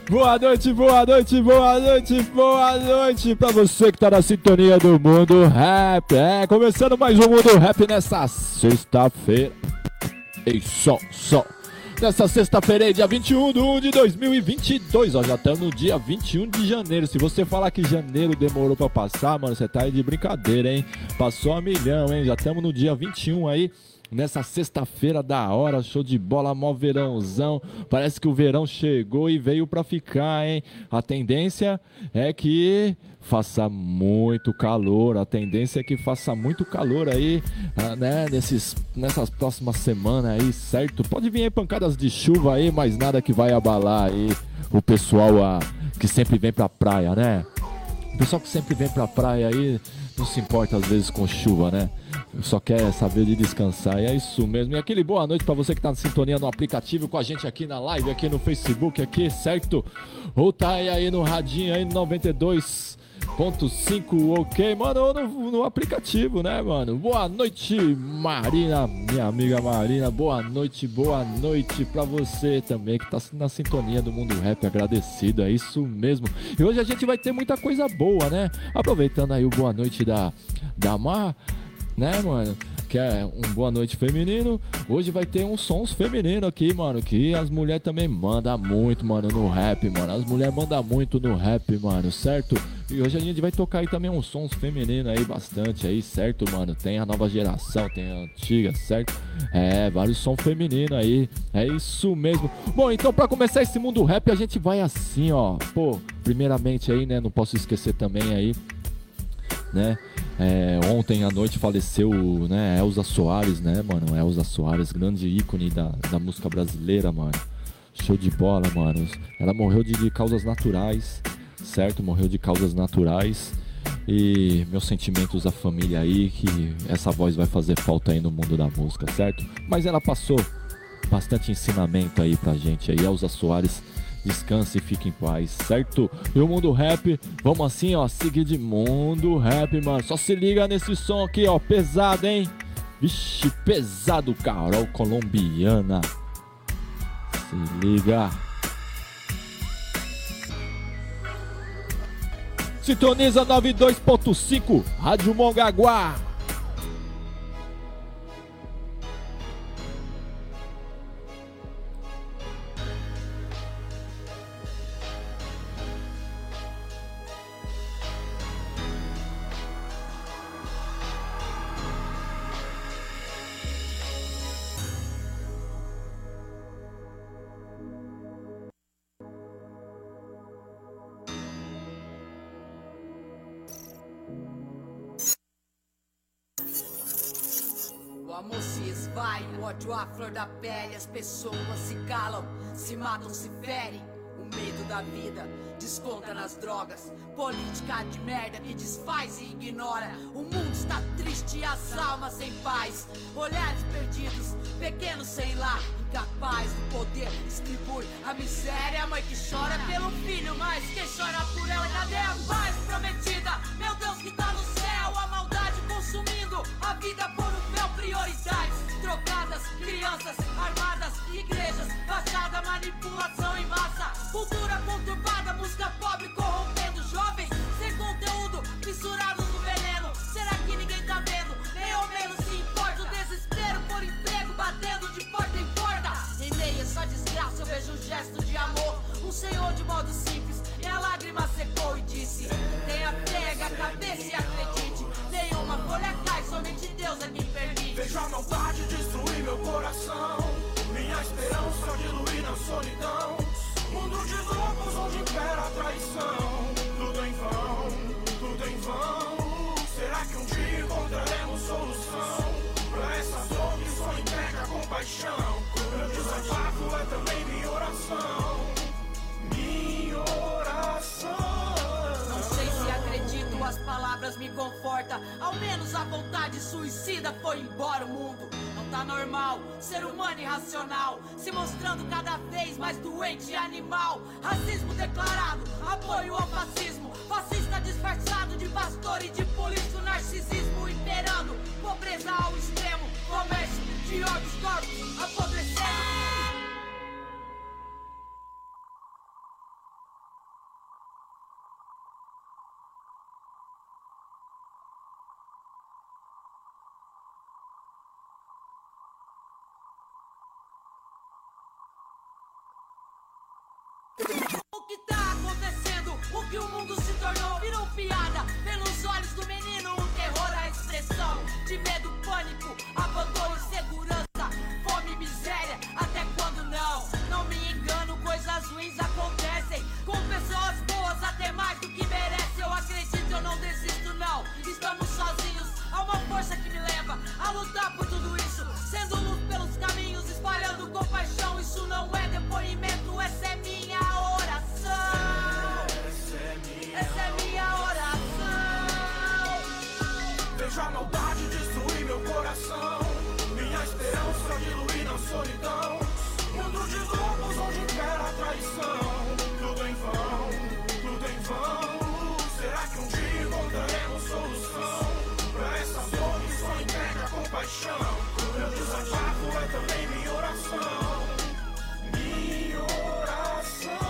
Boa noite, boa noite, boa noite, boa noite pra você que tá na sintonia do Mundo Rap. Começando mais um Mundo Rap nessa sexta-feira. Ei, sol. Nessa sexta-feira, dia 21 de 1 de 2022, ó, já estamos no dia 21 de janeiro. Se você falar que janeiro demorou pra passar, mano, você tá aí de brincadeira, hein? Passou a milhão, hein? Já estamos no dia 21 aí. Nessa sexta-feira da hora, show de bola, mó verãozão. Parece que o verão chegou e veio pra ficar, hein? A tendência é que faça muito calor. A tendência é que faça muito calor aí, né? Nessas próximas semanas aí, certo? Pode vir aí pancadas de chuva aí, mas nada que vai abalar aí o pessoal que sempre vem pra praia, né? O pessoal que sempre vem pra praia aí não se importa às vezes com chuva, né? Só quer saber de descansar, e é isso mesmo. E aquele boa noite pra você que tá na sintonia no aplicativo com a gente aqui na live, aqui no Facebook, aqui, certo? Ou tá aí no radinho aí no 92.5, ok? Mano, ou no aplicativo, né, mano? Boa noite, Marina, minha amiga Marina. Boa noite pra você também que tá na sintonia do Mundo Rap, agradecido, é isso mesmo. E hoje a gente vai ter muita coisa boa, né? Aproveitando aí o boa noite da Mar, né, mano? Que é um boa noite feminino. Hoje vai ter uns sons femininos aqui, mano, que as mulheres também mandam muito, mano, no rap, mano. As mulheres mandam muito no rap, mano, certo? E hoje a gente vai tocar aí também uns sons femininos aí, bastante aí, certo, mano? Tem a nova geração, tem a antiga, certo? Vários sons femininos aí, é isso mesmo. Bom, então pra começar esse mundo rap a gente vai assim, ó. Pô, primeiramente aí, né, não posso esquecer também aí, né? Ontem à noite faleceu, né, Elza Soares, né, mano? Elza Soares, grande ícone da música brasileira, mano. Show de bola, mano. Ela morreu de causas naturais, certo? Morreu de causas naturais. E meus sentimentos à família aí, que essa voz vai fazer falta aí no mundo da música, certo? Mas ela passou bastante ensinamento aí pra gente aí. Elza Soares, descanse e fique em paz, certo? E o Mundo Rap, vamos assim, ó, seguir de Mundo Rap, mano. Só se liga nesse som aqui, ó, pesado, hein? Vixe, pesado, Carol Colombiana. Se liga. Sintoniza 92.5, Rádio Mongaguá. O amor se esvai, o ódio à flor da pele. As pessoas se calam, se matam, se ferem. O medo da vida desconta nas drogas. Política de merda que desfaz e ignora. O mundo está triste e as almas sem paz. Olhares perdidos, pequenos sem lar. Incapaz do poder distribui a miséria. A mãe que chora pelo filho, mas quem chora por ela? Cadê a paz prometida? Meu Deus que tá no céu. A maldade consumindo a vida por um véu. Prioridades trocadas, crianças armadas, igrejas, fachada, manipulação em massa. Cultura conturbada, música pobre corrompendo jovens sem conteúdo, misturados no veneno. Será que ninguém tá vendo? Nem ao menos se importa o desespero por emprego batendo de porta em porta. Em meio a essa desgraça eu vejo um gesto de amor. Um senhor de modo simples, minha lágrima secou e disse: tenha pega a cabeça e acredite. Nenhuma folha cai, somente Deus é quem permite. Vejo a maldade destruir meu coração. Minha esperança diluir na solidão. Mundo de loucos onde impera a traição. Tudo em vão, tudo em vão. Será que um dia encontraremos solução pra essa dor que só entrega a compaixão? Meu desabafo é também minha oração. Minha oração. Não sei se acredito, as palavras me confortam. Ao menos a vontade suicida foi embora. O mundo não tá normal, ser humano irracional, se mostrando cada vez mais doente e animal. Racismo declarado, apoio ao fascismo. Fascista disfarçado de pastor e de político. Narcisismo imperando, pobreza ao extremo. Comércio de órgãos, corpos apodrecendo. piada. Pelos olhos do menino, o terror, a expressão de medo, pânico, abandono, insegurança, fome e miséria. Até quando não? Não me engano, coisas ruins acontecem com pessoas boas, até mais do que merece. Eu acredito, eu não desisto não. Estamos sozinhos, há uma força que me leva a lutar por tudo isso, sendo luz pelos caminhos, espalhando compaixão. Isso não é depoimento, essa é minha oração. Essa é minha oração. Vejo a maldade destruir meu coração, minha esperança diluir na solidão. Mundo de lobos onde impera a traição. Tudo em vão, tudo em vão. Será que um dia encontraremos solução pra essa dor que só impede a compaixão? Meu desabafo é também minha oração. Minha oração.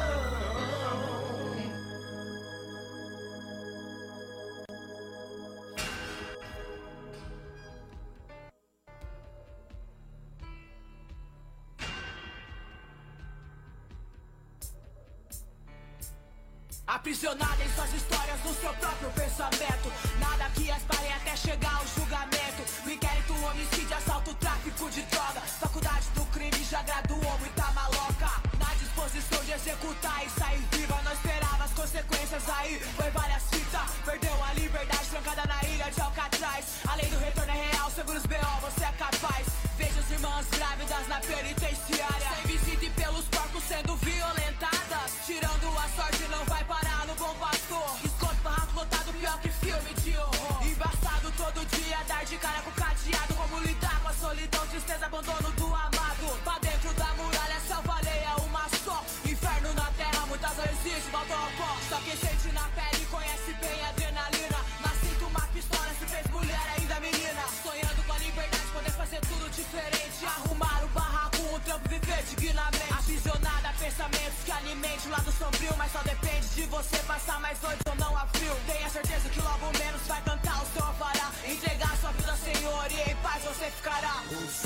Aprisionada em suas histórias, no seu próprio pensamento. Nada que as pare até chegar ao julgamento. No inquérito, homicídio, assalto, tráfico de droga. Faculdade do crime já graduou muita maloca. Na disposição de executar e sair viva. Não esperava as consequências aí. Foi várias fitas. Perdeu a liberdade trancada na ilha de Alcatraz. A lei do retorno é real, seguros BO, você é capaz. Veja as irmãs grávidas na penitenciária, sem visita e pelos porcos sendo violentadas. Tirando a sorte não vai parar no Bom Pastor. Esconde barraco lotado, pior que filme de horror. Embaçado todo dia, dar de cara com cadeado. Como lidar com a solidão, tristeza, abandono do amado. Pra dentro da muralha, selva alheia, uma só. Inferno na terra, muitas resistem, voltam ao pó. Só quem sente na pele conhece bem a adrenalina. Na cinta uma pistola, se fez mulher ainda menina. Sonhando com a liberdade, poder fazer tudo diferente. Arrumar o barraco, um trampo, viver dignamente. Aprisionada a pensamentos que alimente o lado sombrio. Mas só depende de você passar mais noite ou não a frio. Tenha certeza que logo menos vai cantar o seu alvará. Entregar sua vida ao Senhor e em paz você ficará.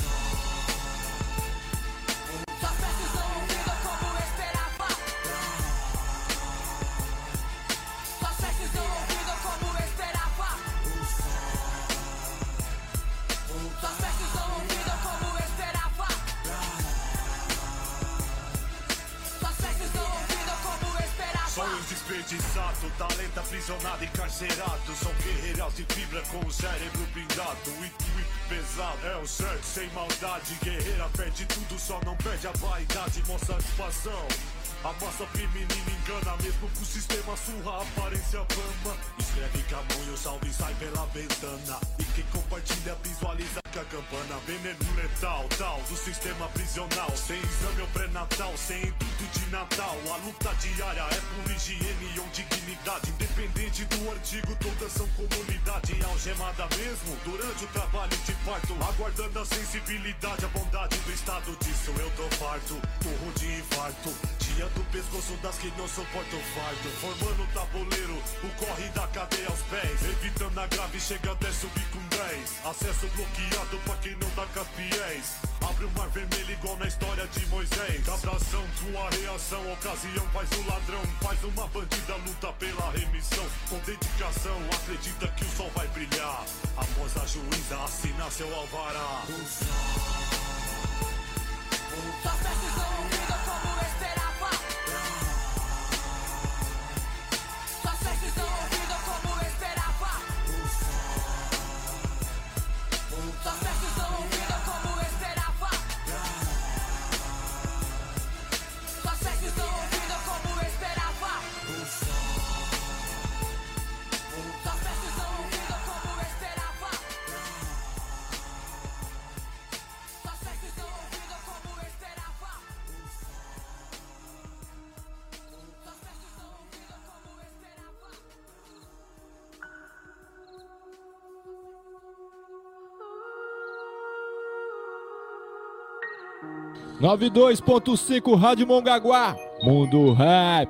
Suas preces não ouvidas como eu esperava. Suas preces não ouvidas como eu esperava. Suas preces não ouvidas como eu esperava. Suas preces não ouvidas como eu esperava. Sonhos desperdiçados, talento aprisionado, encarcerado. São guerreiros de fibra com o cérebro blindado. Muito pesado, é o certo, sem maldade. Guerreira perde tudo, só não perde a vaidade. Mostra satisfação, a massa feminina engana. Mesmo que o sistema surra, a aparência fama. Escreve camunho, salve e sai pela ventana. E quem compartilha visualiza que a campana. Veneno letal, tal, do sistema prisional. Sem exame ou pré-natal, sem intuito de Natal. A luta diária é por higiene ou dignidade. Independente do artigo, todas são comunidade. Algemada mesmo, durante o trabalho de parto. Aguardando a sensibilidade, a bondade do estado disso. Eu tô farto, morro de infarto. Dia do pescoço das que não suportam o fardo. Formando o tabuleiro, o corre da cadeia aos pés. Evitando a grave, chega até subir com 10. Acesso bloqueado pra quem não dá capiés. Abre o mar vermelho igual na história de Moisés. Abração, tua reação, ocasião faz o ladrão. Faz uma bandida, luta pela remissão. Com dedicação, acredita que o sol vai brilhar. Após a juíza assinar seu alvará. Suas preces não ouvidas como eu esperava. Suas preces não ouvidas como eu esperava. Suas preces não ouvidas como eu esperava. Suas preces não ouvidas como eu esperava. Suas preces não ouvidas como eu esperava. Suas preces não ouvidas como eu esperava. Suas preces não ouvidas como eu esperava. 92.5 Rádio Mongaguá, Mundo Rap.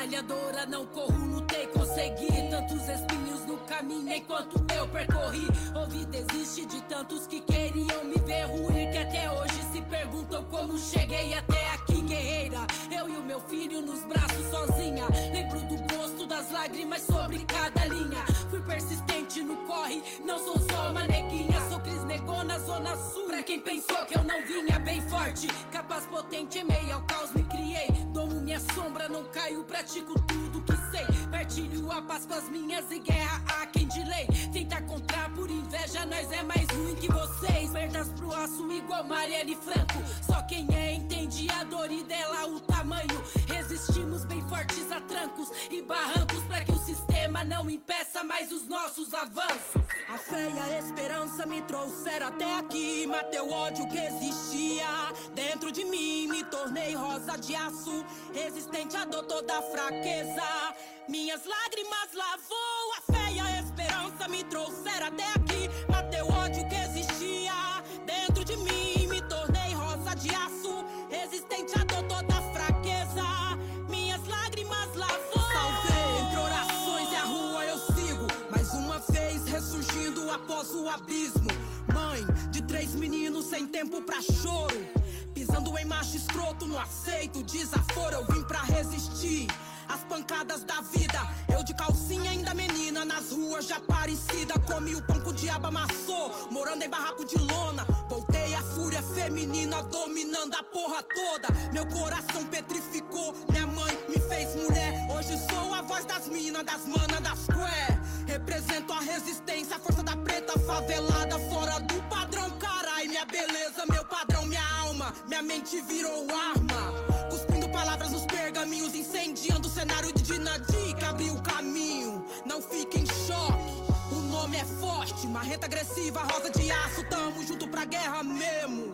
batalhadora, não corro, lutei, consegui tantos espinhos no caminho enquanto eu percorri. Ouvi desiste de tantos que queriam me ver ruir, que até hoje se perguntam como cheguei até aqui, guerreira. Eu e o meu filho nos braços sozinha, lembro do gosto das lágrimas sobre cada linha. Fui persistente no corre, não sou só uma neguinha. Sou Cris Negou na Zona Sul, pra quem pensou que eu não vinha. Bem forte, capaz, potente, em meio ao caos me criei. Domo minha sombra, não caio, pratico tudo que sei. Partilho a paz com as minhas e guerra a quem de lei. Tentar contra por inveja, nós é mais ruim que vocês. Perdas pro aço igual Marielle Franco. Só quem é entende a dor e dela o tamanho. Resistimos bem fortes a trancos e barrancos, pra que o sistema não impeça mais os nossos avanços. A fé e a esperança me trouxeram até aqui. Matei o ódio que existia dentro de mim. Me tornei rosa de aço, resistente à dor toda a fraqueza. Minhas lágrimas lavou. A fé e a esperança me trouxeram até aqui. Matei o ódio que existia dentro de mim. Me tornei rosa de aço, resistente à dor toda a fraqueza. Minhas lágrimas lavou. Salvei entre orações e a rua eu sigo, mais uma vez ressurgindo após o abismo. Mãe de 3 meninos sem tempo pra choro, pisando em macho escroto, não aceito desaforo. Eu vim pra resistir as pancadas da vida. Eu de calcinha ainda menina, nas ruas já parecida. Comi o pão que o diabo amassou, morando em barraco de lona. Voltei a fúria feminina, dominando a porra toda. Meu coração petrificou, minha mãe me fez mulher. Hoje sou a voz das minas, das manas, das square. Represento a resistência, a força da preta favelada, fora do padrão, carai. Minha beleza, meu padrão, minha alma, minha mente virou arma. Cuspindo palavras nos pergaminhos, incendiando o cenário de Dinadi, que abriu o caminho. Não fique em choque, o nome é forte, marreta agressiva, rosa de aço. Tamo junto pra guerra mesmo.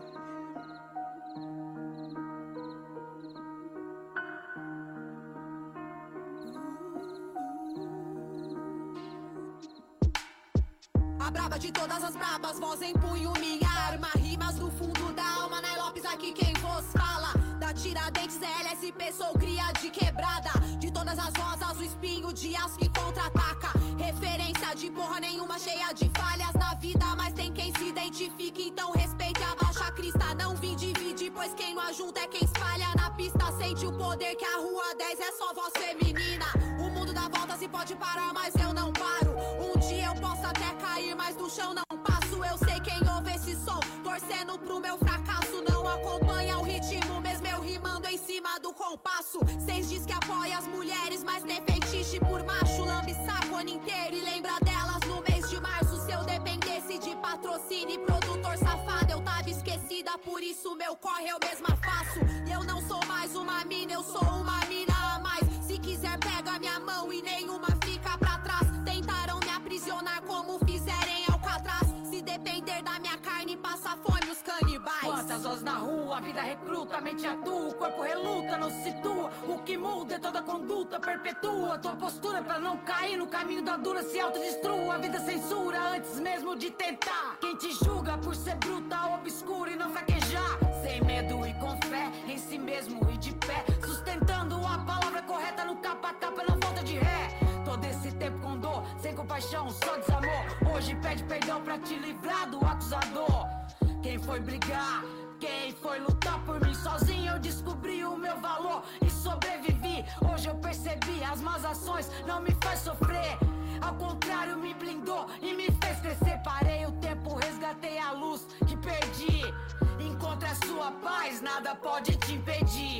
A braba de todas as brabas, voz em punho, minha arma. Rimas do fundo da alma, Nai Lopes aqui quem vos fala. Da Tiradentes, LSP, sou cria de quebrada. De todas as rosas, o espinho de aço que contra-ataca. Referência de porra nenhuma, cheia de falhas na vida, mas tem quem se identifique, então respeite a baixa crista. Não vim dividir, pois quem não ajunta é quem espalha na pista. Sente o poder que a Rua 10 é só voz feminina. O mundo dá volta, se pode parar, mas eu não paro. Um dia eu posso até cair, mas do chão não passo. Eu sei quem ouve esse som, torcendo pro meu fracasso. Não acompanha o ritmo, mesmo eu rimando em cima do compasso. Cês diz que apoia as mulheres, mas tem feitiço por macho. Lambe saco o ano inteiro e lembra delas no mês de março. Se eu dependesse de patrocínio e produtor safado, eu tava esquecida, por isso meu corre eu mesma faço. E eu não sou mais uma mina, eu sou uma mina a mais. Se quiser pega minha mão e nenhuma fica pra trás. Tentaram me aprisionar como fizerem Alcatraz. Se depender da minha carne, passa fome os canibais. Quantas horas na rua, a vida recruta, a mente atua, o corpo reluta, não se situa. O que muda é toda conduta, perpetua tua postura pra não cair no caminho da dura, se autodestrua. A vida censura antes mesmo de tentar. Quem te julga por ser bruta, obscura e não fraquejar. Sem medo e com fé em si mesmo e de pé, sustentando a palavra correta no capa a capa, não falta de ré. Todo esse tempo com dor, sem compaixão, só desamor. Hoje pede perdão pra te livrar do acusador. Quem foi brigar? Quem foi lutar por mim? Sozinho eu descobri o meu valor e sobrevivi. Hoje eu percebi, as más ações não me faz sofrer. Ao contrário, me blindou e me fez crescer. Parei o tempo, resgatei a luz que perdi. Encontre a sua paz, nada pode te impedir.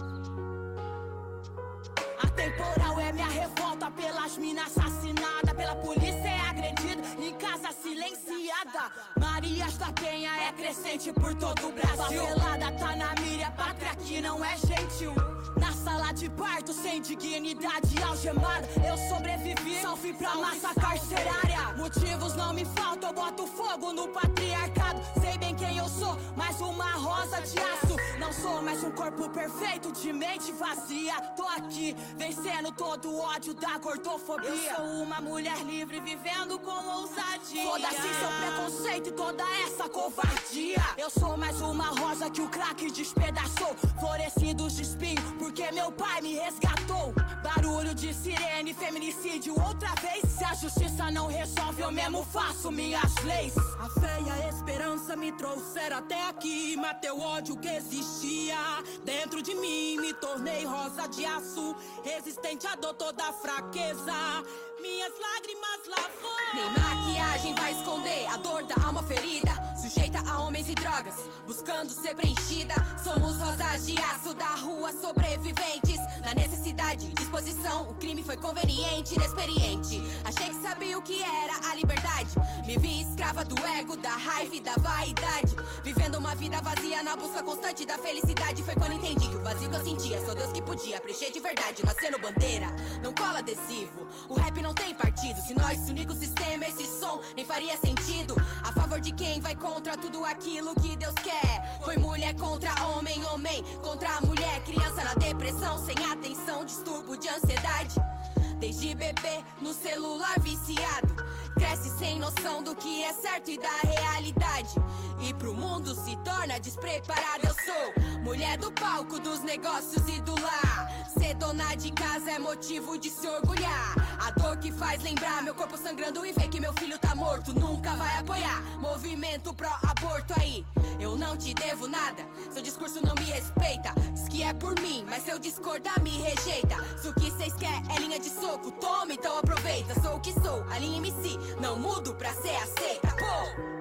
Atemporal é minha revolta pelas minas assassinadas, pela polícia é agredida, em casa silenciada. Marias da Penha é crescente por todo o Brasil. Favelada tá na mira, pátria que não é gentil. Na sala de parto, sem dignidade algemada, eu sobrevivi, só fui pra massa carcerária. Motivos não me faltam, eu boto fogo no patriarcado. Sei bem quem eu sou, mais uma rosa de aço. Não sou mais um corpo perfeito de mente vazia. Tô aqui, vencendo todo o ódio da gordofobia. Eu sou uma mulher livre, vivendo com ousadia. Foda-se seu preconceito e toda essa covardia. Eu sou mais uma rosa que o crack despedaçou, floresci dos espinhos, porque meu pai me resgatou. Barulho feminicídio outra vez. Se a justiça não resolve, eu mesmo faço minhas leis. A fé e a esperança me trouxeram até aqui. Matei o ódio que existia dentro de mim. Me tornei rosa de aço, resistente à dor toda a fraqueza. Minhas lágrimas lavou. Nem maquiagem vai esconder a dor da alma ferida, sujeita a homens e drogas, buscando ser preenchida. Somos rosas de aço da rua, sobreviventes. Na necessidade, disposição, o crime foi conveniente, inexperiente. Achei que sabia o que era a liberdade. Me vi escrava do ego, da raiva e da vaidade, vivendo uma vida vazia na busca constante da felicidade. Foi quando entendi que o vazio que eu sentia, só Deus que podia preencher de verdade. Nascendo bandeira, não cola adesivo. O rap não tem partido. Se nós se unir com o sistema, esse som nem faria sentido. A favor de quem vai contra tudo aquilo que Deus quer. Foi mulher contra homem, homem contra a mulher. Criança na depressão, sem atenção, distúrbio de ansiedade. Desde bebê no celular viciado, cresce sem noção do que é certo e da realidade. E pro mundo se torna despreparado. Eu sou mulher do palco, dos negócios e do lar. Ser dona de casa é motivo de se orgulhar. A dor que faz lembrar meu corpo sangrando e ver que meu filho tá morto. Nunca vai apoiar movimento pró-aborto aí. Eu não te devo nada, seu discurso não me respeita. Diz que é por mim, mas se eu discordar me rejeita. Se o que cês quer é linha de soco, toma, então aproveita. Sou o que sou, a linha MC, não mudo pra ser aceita, pô!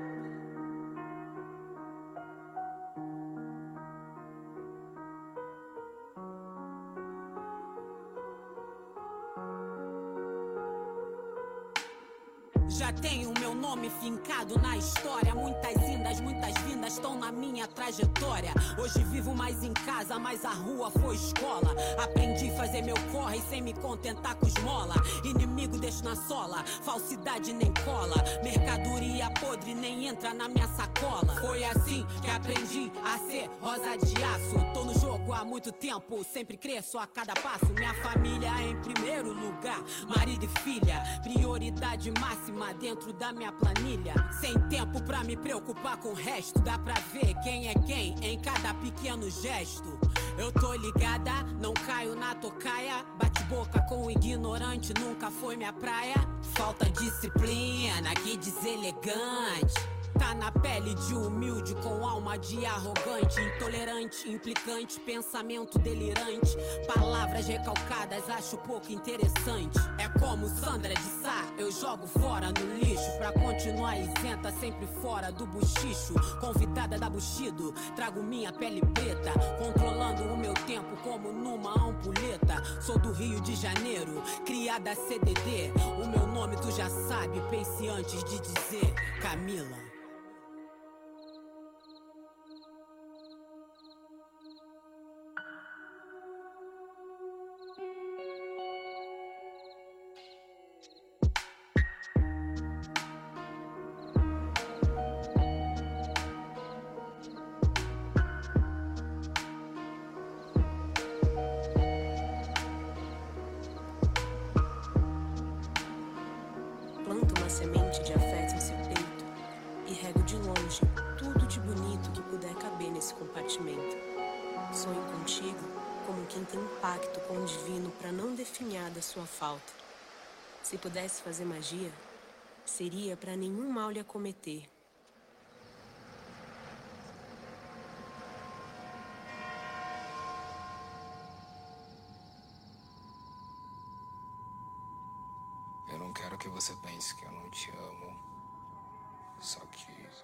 Já tenho meu nome fincado na história. Muitas indas, muitas vindas estão na minha trajetória. Hoje vivo mais em casa, mas a rua foi escola. Aprendi a fazer meu corre sem me contentar com esmola. Inimigo deixo na sola, falsidade nem cola. Mercadoria podre nem entra na minha sacola. Foi assim que aprendi a ser rosa de aço. Tô no jogo há muito tempo, sempre cresço a cada passo. Minha família em primeiro lugar, marido e filha, prioridade máxima dentro da minha planilha. Sem tempo pra me preocupar com o resto. Dá pra ver quem é quem em cada pequeno gesto. Eu tô ligada, não caio na tocaia. Bate boca com o ignorante nunca foi minha praia. Falta disciplina, que deselegante. Tá na pele de humilde com alma de arrogante. Intolerante, implicante, pensamento delirante. Palavras recalcadas acho pouco interessante. É como Sandra de Sá, eu jogo fora no lixo. Pra continuar isenta, sempre fora do buchicho. Convidada da Bushido, trago minha pele preta. Controlando o meu tempo como numa ampulheta. Sou do Rio de Janeiro, criada CDD. O meu nome tu já sabe, pense antes de dizer Camila. Planto uma semente de afeto em seu peito e rego de longe tudo de bonito que puder caber nesse compartimento. Sonho contigo como quem tem um pacto com o divino pra não definhar da sua falta. Se pudesse fazer magia, seria pra nenhum mal lhe acometer. Eu não quero que você pense que eu não te amo. Só que...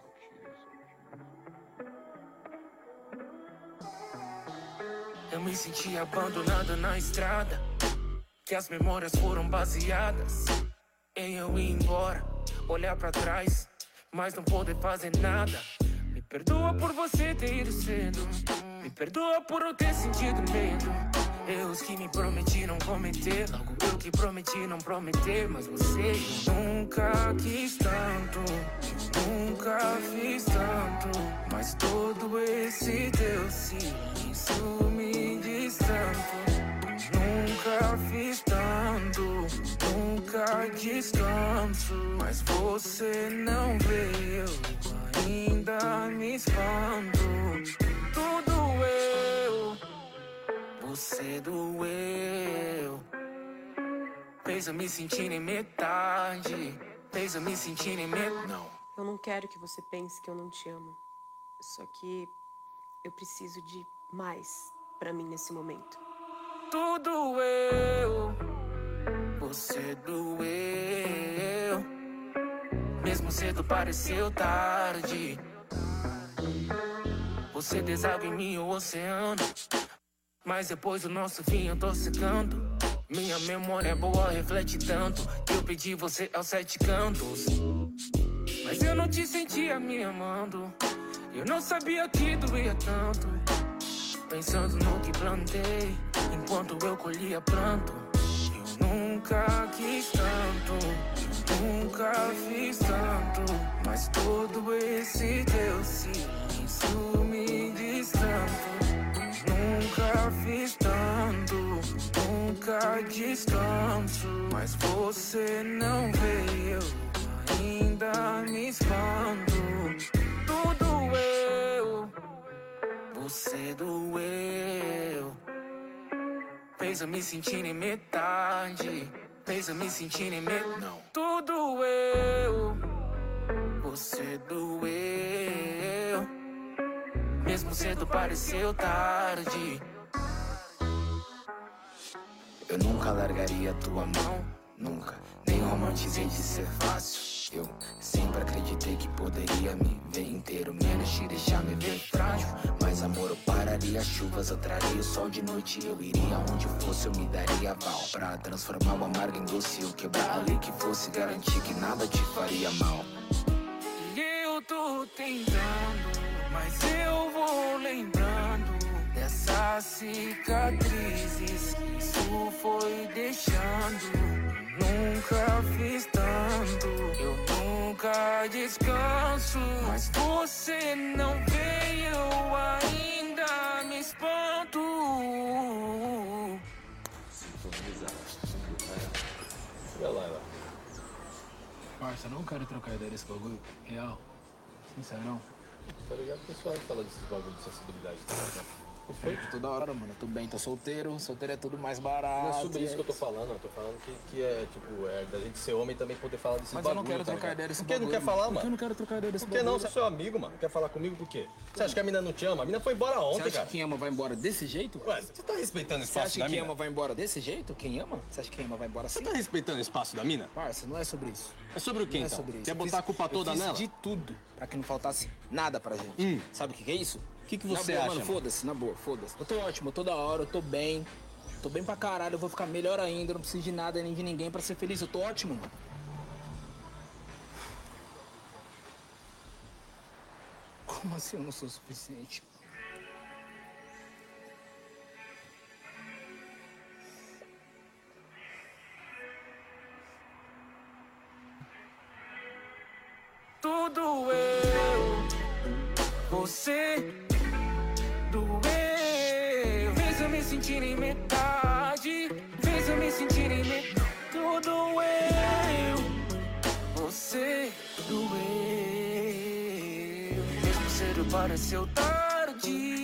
Eu me senti abandonado na estrada, que as memórias foram baseadas em eu ir embora, olhar pra trás, mas não poder fazer nada. Me perdoa por você ter ido cedo, me perdoa por eu ter sentido medo. Erros que me prometi não cometer, logo eu que prometi não prometer. Mas você nunca quis tanto, nunca fiz tanto. Mas todo esse teu silêncio me diz tanto. Nunca fiz tanto, nunca descanso. Mas você não vê, eu ainda me espanto. Tudo eu, você doeu. fez eu me sentir em metade, fez eu me sentir em metade. Não. Eu não quero que você pense que eu não te amo. Só que eu preciso de mais pra mim nesse momento. Tu doeu, você doeu. Mesmo cedo pareceu tarde. Você deságua em mim o oceano, mas depois do nosso fim eu tô secando. Minha memória é boa, reflete tanto que eu pedi você aos 7 cantos. Mas eu não te sentia me amando, eu não sabia que doía tanto. Pensando no que plantei, enquanto eu colhia pranto. Eu nunca quis tanto, eu nunca fiz tanto. Mas todo esse teu silêncio me diz tanto. Nunca fiz tanto, nunca quis tanto. Mas você não veio, eu ainda me espanto. Tudo eu, você doeu. Fez eu me sentir em metade, fez eu me sentir em metade. Não. Tudo eu, você doeu. Mesmo cedo pareceu tarde. Eu nunca largaria tua mão, nunca. Nem romantizei de ser fácil. Eu sempre acreditei que poderia me ver inteiro, menos te deixar me ver frágil. Mas amor, eu pararia as chuvas, eu traria o sol de noite. Eu iria onde fosse, eu me daria aval pra transformar o amargo em doce. Eu quebrar a lei que fosse garantir que nada te faria mal. E eu tô tentando, mas eu vou lembrando dessas cicatrizes que isso foi deixando. Nunca fiz tanto, eu nunca descanso. Mas você não veio, eu ainda me espanto. Olha lá. Parça, não quero trocar ideia desse bagulho. Real. Sincerão. Tá ligado? O pessoal fala desses bagulho de sensibilidade, tá ligado? Toda hora, mano. Tô bem, tô solteiro. Solteiro é tudo mais barato. Não é sobre isso que eu tô falando. Eu tô falando que é, tipo, é da gente ser homem e também poder falar desses bagulho. Mas eu não quero trocar ideia desse bagulho. Por que não quer falar, mano? Por que eu não quero trocar ideia desse bagulho? Por que não? Você é seu amigo, mano. Quer falar comigo por quê? Você acha que a mina não te ama? A mina foi embora ontem, cara. Você acha cara. que quem ama vai embora desse jeito? Ué, você tá respeitando o espaço da mina? Você acha que quem ama vai embora desse jeito? Quem ama? Você acha que quem ama vai embora assim? Você tá respeitando o espaço da mina? Parça, não é sobre isso. É sobre o quê, então? Sobre isso. Quer botar a culpa toda nela? Eu fiz de tudo pra que não faltasse nada pra gente. Sabe o que é isso? O que você acha, mano? Foda-se, na boa, foda-se. Eu tô ótimo, eu tô da hora, eu tô bem. Tô bem pra caralho, eu vou ficar melhor ainda. Eu não preciso de nada nem de ninguém pra ser feliz. Eu tô ótimo, mano. Como assim eu não sou o suficiente? Tudo eu, você doeu. Fez eu me sentir em metade, fez eu me sentir em metade. Tudo eu, você doeu. Mesmo cedo pareceu tarde.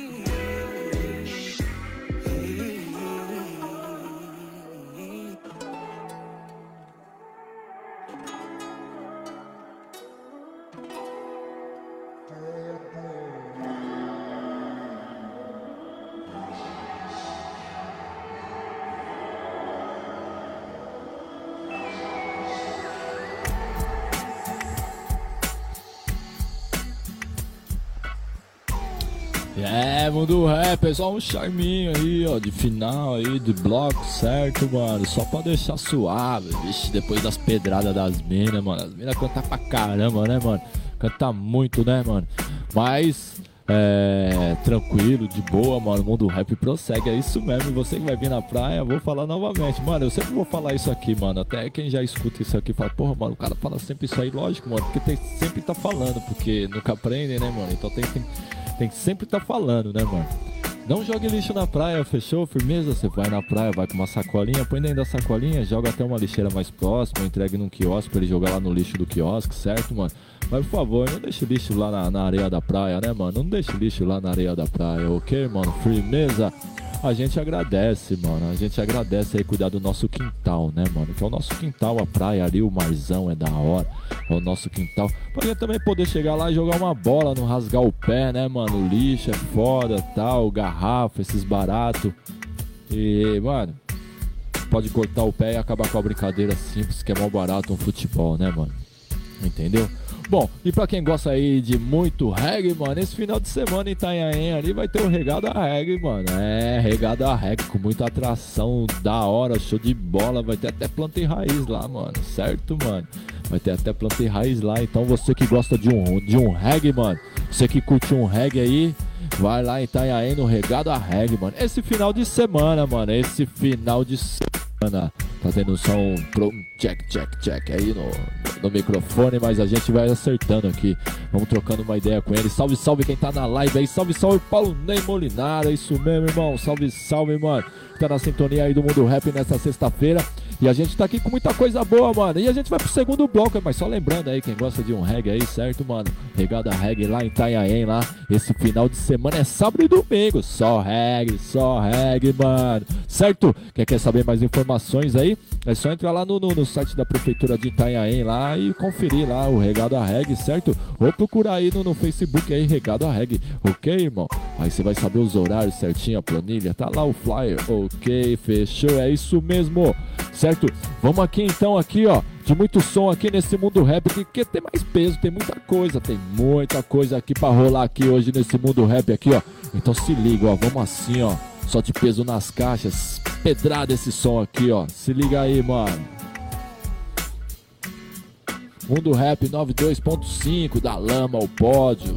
É, mundo rap, é só um charminho aí, ó, de final aí, de bloco, certo, mano? Só pra deixar suave, vixe, depois das pedradas das minas, mano. As minas cantam pra caramba, né, mano? Canta muito, né, mano? Mas, tranquilo, de boa, mano. O mundo rap prossegue, é isso mesmo. E você que vai vir na praia, vou falar novamente, mano. Eu sempre vou falar isso aqui, mano. Até quem já escuta isso aqui fala, porra, mano, o cara fala sempre isso aí, lógico, mano. Porque sempre tá falando, porque nunca aprendem, né, mano? Então tem que sempre tá falando, né, mano? Não jogue lixo na praia, fechou? Firmeza? Você vai na praia, vai com uma sacolinha, põe dentro da sacolinha, joga até uma lixeira mais próxima, entregue num quiosque pra ele jogar lá no lixo do quiosque, certo, mano? Mas, por favor, não deixe lixo lá na areia da praia, né, mano? Não deixe lixo lá na areia da praia, ok, mano? Firmeza? a gente agradece, mano. A gente agradece aí cuidar do nosso quintal, né, mano? Que é o nosso quintal, a praia ali, o marzão é da hora. É o nosso quintal. Pra gente também poder chegar lá e jogar uma bola, não rasgar o pé, né, mano? O lixo é foda, tal, garrafa, esses baratos. E, mano, pode cortar o pé e acabar com a brincadeira simples, que é mal barato um futebol, né, mano? Entendeu? Bom, e pra quem gosta aí de muito reggae, mano, esse final de semana em Itanhaém ali vai ter o Regado a Reggae, mano. É, Regado a Reggae com muita atração, da hora, show de bola. Vai ter até planta e raiz lá, mano, certo, mano? Vai ter até planta e raiz lá. Então você que gosta de um reggae, mano, você que curte um reggae aí, vai lá em Itanhaém no Regado a Reggae, mano. Esse final de semana, mano, esse final de semana. Fazendo som, check aí no microfone, mas a gente vai acertando aqui. Vamos trocando uma ideia com ele. Salve, salve quem tá na live aí. Salve, salve Paulo Ney Molinara. Isso mesmo, irmão. Salve, salve, mano. Tá na sintonia aí do Mundo Rap nessa sexta-feira. E a gente tá aqui com muita coisa boa, mano. E a gente vai pro segundo bloco, mas só lembrando aí, quem gosta de um reggae aí, certo, mano? Regada reggae lá em Itanhaém, lá. Esse final de semana é sábado e domingo. Só reggae, mano. Certo? Quem quer saber mais informações aí, é só entrar lá no site da Prefeitura de Itanhaém lá e conferir lá o Regado a Reggae, certo? Ou procurar aí no Facebook aí, Regado a Reggae, ok, irmão? Aí você vai saber os horários certinho, a planilha, tá lá o flyer, ok, fechou, é isso mesmo, certo? Vamos aqui então, aqui ó, de muito som aqui nesse mundo rap, que tem mais peso, tem muita coisa aqui pra rolar aqui hoje nesse mundo rap aqui, ó. Então se liga, ó, vamos assim, ó, só de peso nas caixas, pedrada esse som aqui, ó, se liga aí, mano. Mundo Rap 92.5, da lama ao pódio.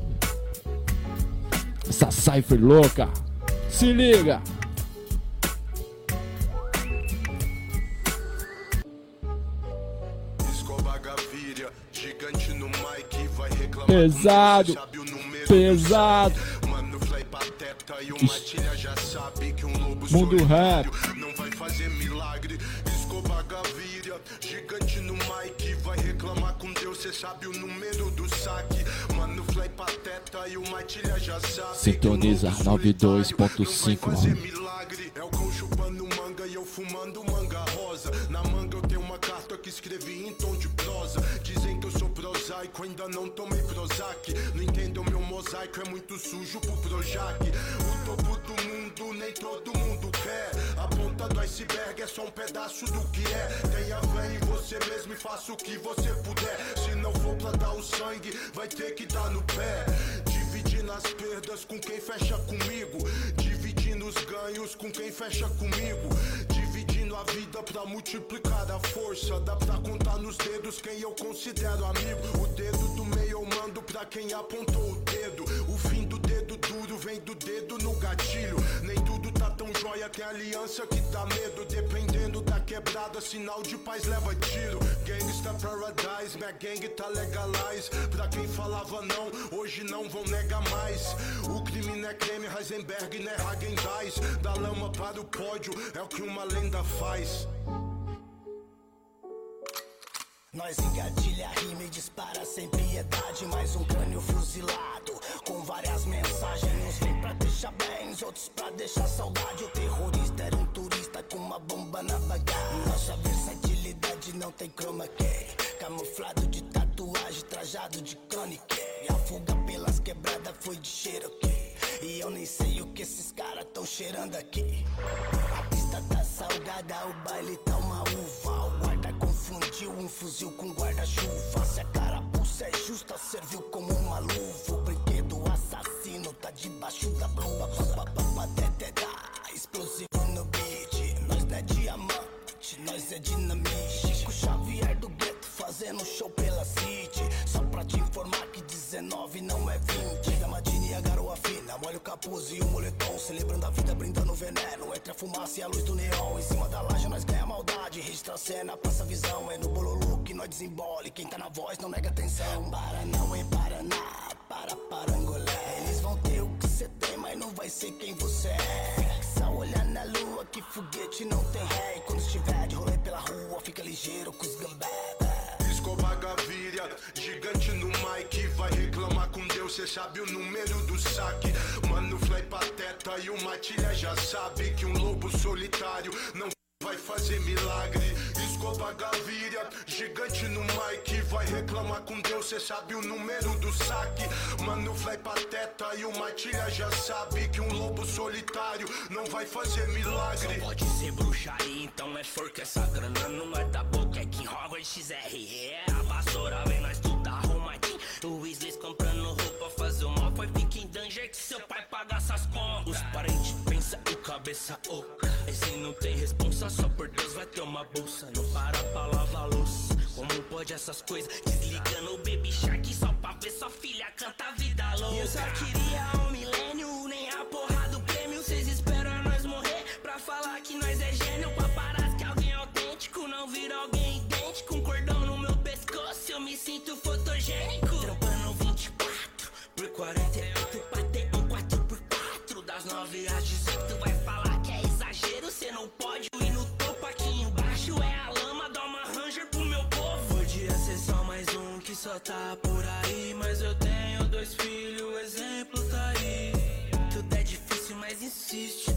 Essa cypher louca, se liga. Pesado. Mundo Rap. Não vai fazer milagre. Escova gaviria, gigante no mic. Vai reclamar com Deus, cê sabe o número do saque. Mano, Fly Pateta e o Matilha já sabe. Sintoniza 92.5. É o cão chupando manga e eu fumando manga rosa. Na manga eu tenho uma carta que escrevi em tom de prosa. Dizem que eu sou prosaico, ainda não tomei Prozac. Não entendo meu mosaico, é muito sujo pro Projac. O topo do mundo nem todo mundo quer. A ponta do iceberg é só um pedaço do que é. Tenha fé em você mesmo e faça o que você puder. Se não for pra dar o sangue, vai ter que dar no pé. Dividindo as perdas com quem fecha comigo. Dividindo os ganhos com quem fecha comigo. Dividindo a vida pra multiplicar a força. Dá pra contar nos dedos quem eu considero amigo. O dedo do meio eu mando pra quem apontou o dedo. O fim do dedo duro vem do dedo no gatilho. Nem tudo tá tão jóia, tem aliança que dá medo. Dependendo da quebrada, sinal de paz leva tiro. Gangsta Paradise, minha gang tá legalize. Pra quem falava não, hoje não vão negar mais. O crime não é creme, Heisenberg não é Häagen-Dazs. Da lama para o pódio, é o que uma lenda faz. Nós engatilha a rima e dispara sem piedade. Mais um crânio fuzilado, com várias mensagens. Uns vem pra deixar bens, outros pra deixar saudade. O terrorista era um turista com uma bomba na bagagem. Nossa versatilidade não tem chroma key. Camuflado de tatuagem, trajado de chronic. A fuga pelas quebradas foi de Cherokee. E eu nem sei o que esses caras tão cheirando aqui. A pista tá salgada, o baile tá uma uva. O guarda confundiu um fuzil com guarda-chuva. Se a carapuça é justa, serviu como uma luva. O brinquedo assassino tá debaixo da blusa. Explosivo no beat. Nós não é diamante, nós é dinamite. Chico Xavier do gueto fazendo show pela city. Só pra te informar que 19 não é 20. Gamadini e a garoa fina, molha o capuz e o moletom. Celebrando a vida, brindando veneno. Entre a fumaça e a luz do neon. Em cima da laje nós ganha maldade. Registra a cena, passa a visão. É no bololô que nós desembole. Quem tá na voz não nega atenção. Paraná é Paraná, para Parangolé. Eles vão ter o que cê tem, mas não vai ser quem você é. Fixa olhar na lua que foguete não tem ré. E quando estiver de rolê pela rua, fica ligeiro com os gambé. Escobar Gaviria, gigante no mic, vai reclamar com Deus, cê sabe o número do saque. Mano, Fly Pateta e o Matilha já sabe que um lobo solitário não vai fazer milagre. Escobar Gaviria, gigante no mic, vai reclamar com Deus, cê sabe o número do saque. Mano, Fly Pateta e o Matilha já sabe que um lobo solitário não vai fazer milagre. Só pode ser bruxaria, então é forca, essa grana não é da boca, é King Hogwarts XR. A vassoura vem nós tudo arrumadinho, o Weasley comprando roupa, fazer o mal, foi fica em danger que seu pai paga essas contas. Os parentes pensam em cabeça oca, esse não tem responsa, só por Deus vai ter uma bolsa. Não para pra lavar louça, como pode essas coisas? Desligando o Baby Shark só pra ver sua filha canta vida louca. Eu só queria um milênio, nem a porra do prêmio. Cês esperam nós morrer pra falar que nós é gênio. Paparazzi que alguém é autêntico, não vira alguém idêntico. Um cordão no meu pescoço, eu me sinto fotogênico. Trampando 24 por 48 pra ter um 4x4. Das 9 às 18 vai falar que é exagero. Cê não pode ir no topo, aqui embaixo é a lama. Dá uma ranger pro meu povo. Podia ser só mais um que só tá por aí, mas eu tenho 2 filhos, o exemplo tá aí. Tudo é difícil, mas insiste.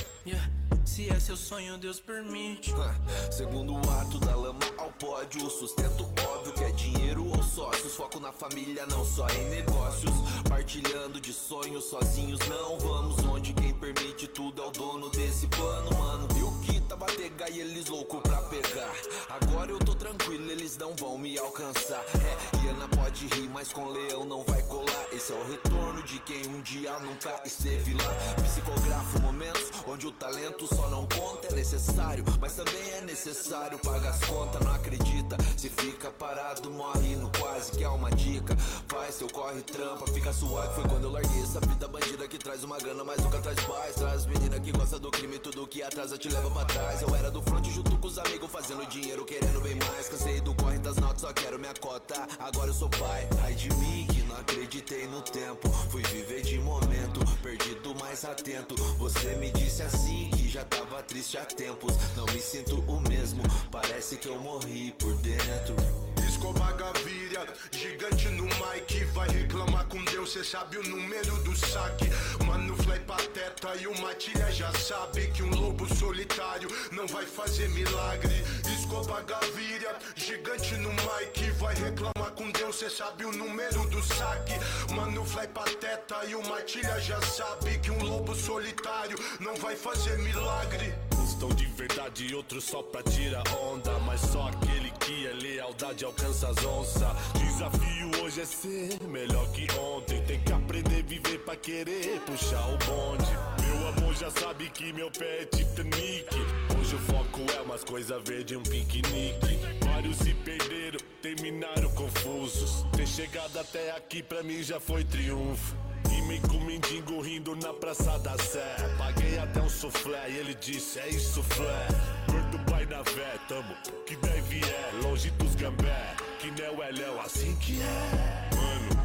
Se é seu sonho, Deus permite. Segundo ato, da lama ao pódio, sustento óbvio que é dinheiro ou sócios. Foco na família, não só em negócios. Partilhando de sonhos, sozinhos não vamos. Onde quem permite tudo é o dono desse plano, mano. Viu que tava tega e eles louco pra pegar. Agora eu tô tranquilo, eles não vão me alcançar. Hiena pode rir, mas com leão não vai colar. Esse é o retorno de quem um dia nunca esteve lá. Psicografo momentos onde o talento só não conta, é necessário, mas também é necessário. Paga as contas, não acredita, se fica parado morre no quase, que é uma dica. Faz seu corre, trampa, fica suave. Foi quando eu larguei essa vida bandida que traz uma grana, mas nunca traz paz. Traz menina que gosta do crime, tudo que atrasa te leva pra trás. Eu era do front junto com os amigos, fazendo dinheiro, querendo bem mais. Cansei do corre das notas, só quero minha cota. Agora eu sou pai, ai de mim que não acreditei no tempo. Fui viver de momento, perdido mais atento. Você me disse assim que já tava triste há tempos. Não me sinto o mesmo, parece que eu morri por dentro. Escobar Gaviria, gigante no mic, vai reclamar com Deus, cê sabe o número do saque. Mano, Fly Pateta e o Matilha já sabe que um lobo solitário não vai fazer milagre. Escobar Gaviria, gigante no mic, vai reclamar com Deus, cê sabe o número do saque. Mano, Fly Pateta e o Matilha já sabe que um lobo solitário não vai fazer milagre. Uns tão de verdade e outros só pra tirar onda, mas só aquele que é lealdade alcança as onças. Desafio hoje é ser melhor que ontem. Tem que aprender a viver pra querer puxar o bonde. Meu amor já sabe que meu pé é Titanic. Hoje o foco é umas coisas verdes e um piquenique. Vários se perderam, terminaram confusos. Ter chegado até aqui pra mim já foi triunfo. Rimei com o mendigo rindo na Praça da Sé. Paguei até um soufflé e ele disse, é isso, flé. Gordo pai na vé, tamo que deve é. Longe dos gambé, que Neo é Léo, assim que é. Mano,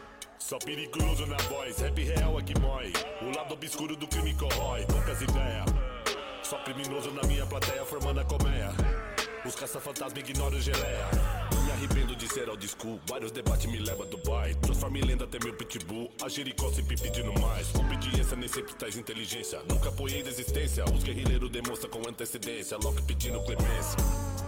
só perigoso na voz, rap real é que mói. O lado obscuro do crime corrói, poucas ideias. Só criminoso na minha plateia formando a colmeia. Os caça-fantasma ignoram geleia. Me arrependo de ser old school. Vários debates me levam a Dubai. Transforma em lenda até meu pitbull. A Jericó sempre pedindo mais. Obediência nem sempre traz inteligência. Nunca apoiei desistência. Os guerrilheiros demonstram com antecedência. Logo pedindo clemência.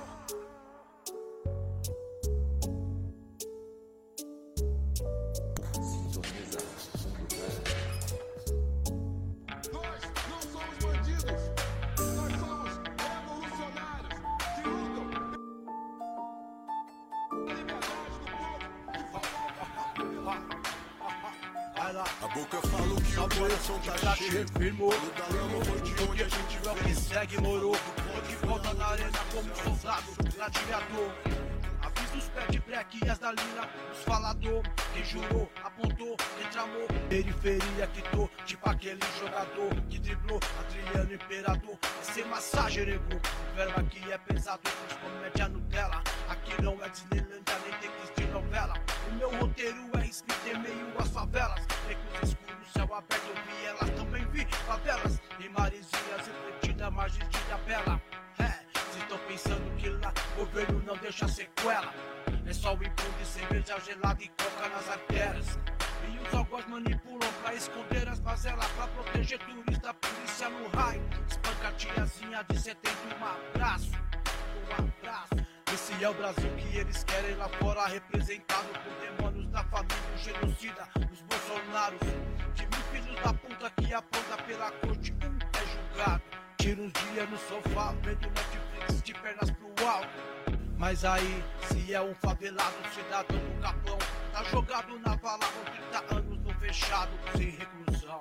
A boca fala que o coração tá cheio. Firmou, o que a gente vê o que segue, moro. De volta na arena como soldado, gladiador. Avisa os pés de break e as da linha, os falador. Quem jurou, apontou, quem tramou. Periferia que tô, tipo aquele jogador que driblou, Adriano Imperador. Sem massagem, nego. O verbo aqui é pesado, os comédia Nutella. Aqui não é Disneylandia, nem tem que de novela. O meu roteiro é escrito em meio às favelas. Becos escuros, céu aberto, eu vi elas, também vi favelas. E marizinhas refletidas, margens de tabela. Cês tão pensando que lá o governo não deixa sequela. Lençol e bonde, cerveja gelada e coca nas artérias. E os algozes manipulam pra esconder as mazelas, pra proteger turista, polícia no raio. Espanca a tiazinha de 70, um abraço. Esse é o Brasil que eles querem lá fora, representado por demônios da família, o genocida, os Bolsonaros. De 1000 filhos da puta que aponta pela corte, um é julgado. Tira uns dias no sofá, vendo Netflix de pernas pro alto. Mas aí, se é um favelado, cidadão do Capão, tá jogado na vala com 30 anos no fechado, sem reclusão.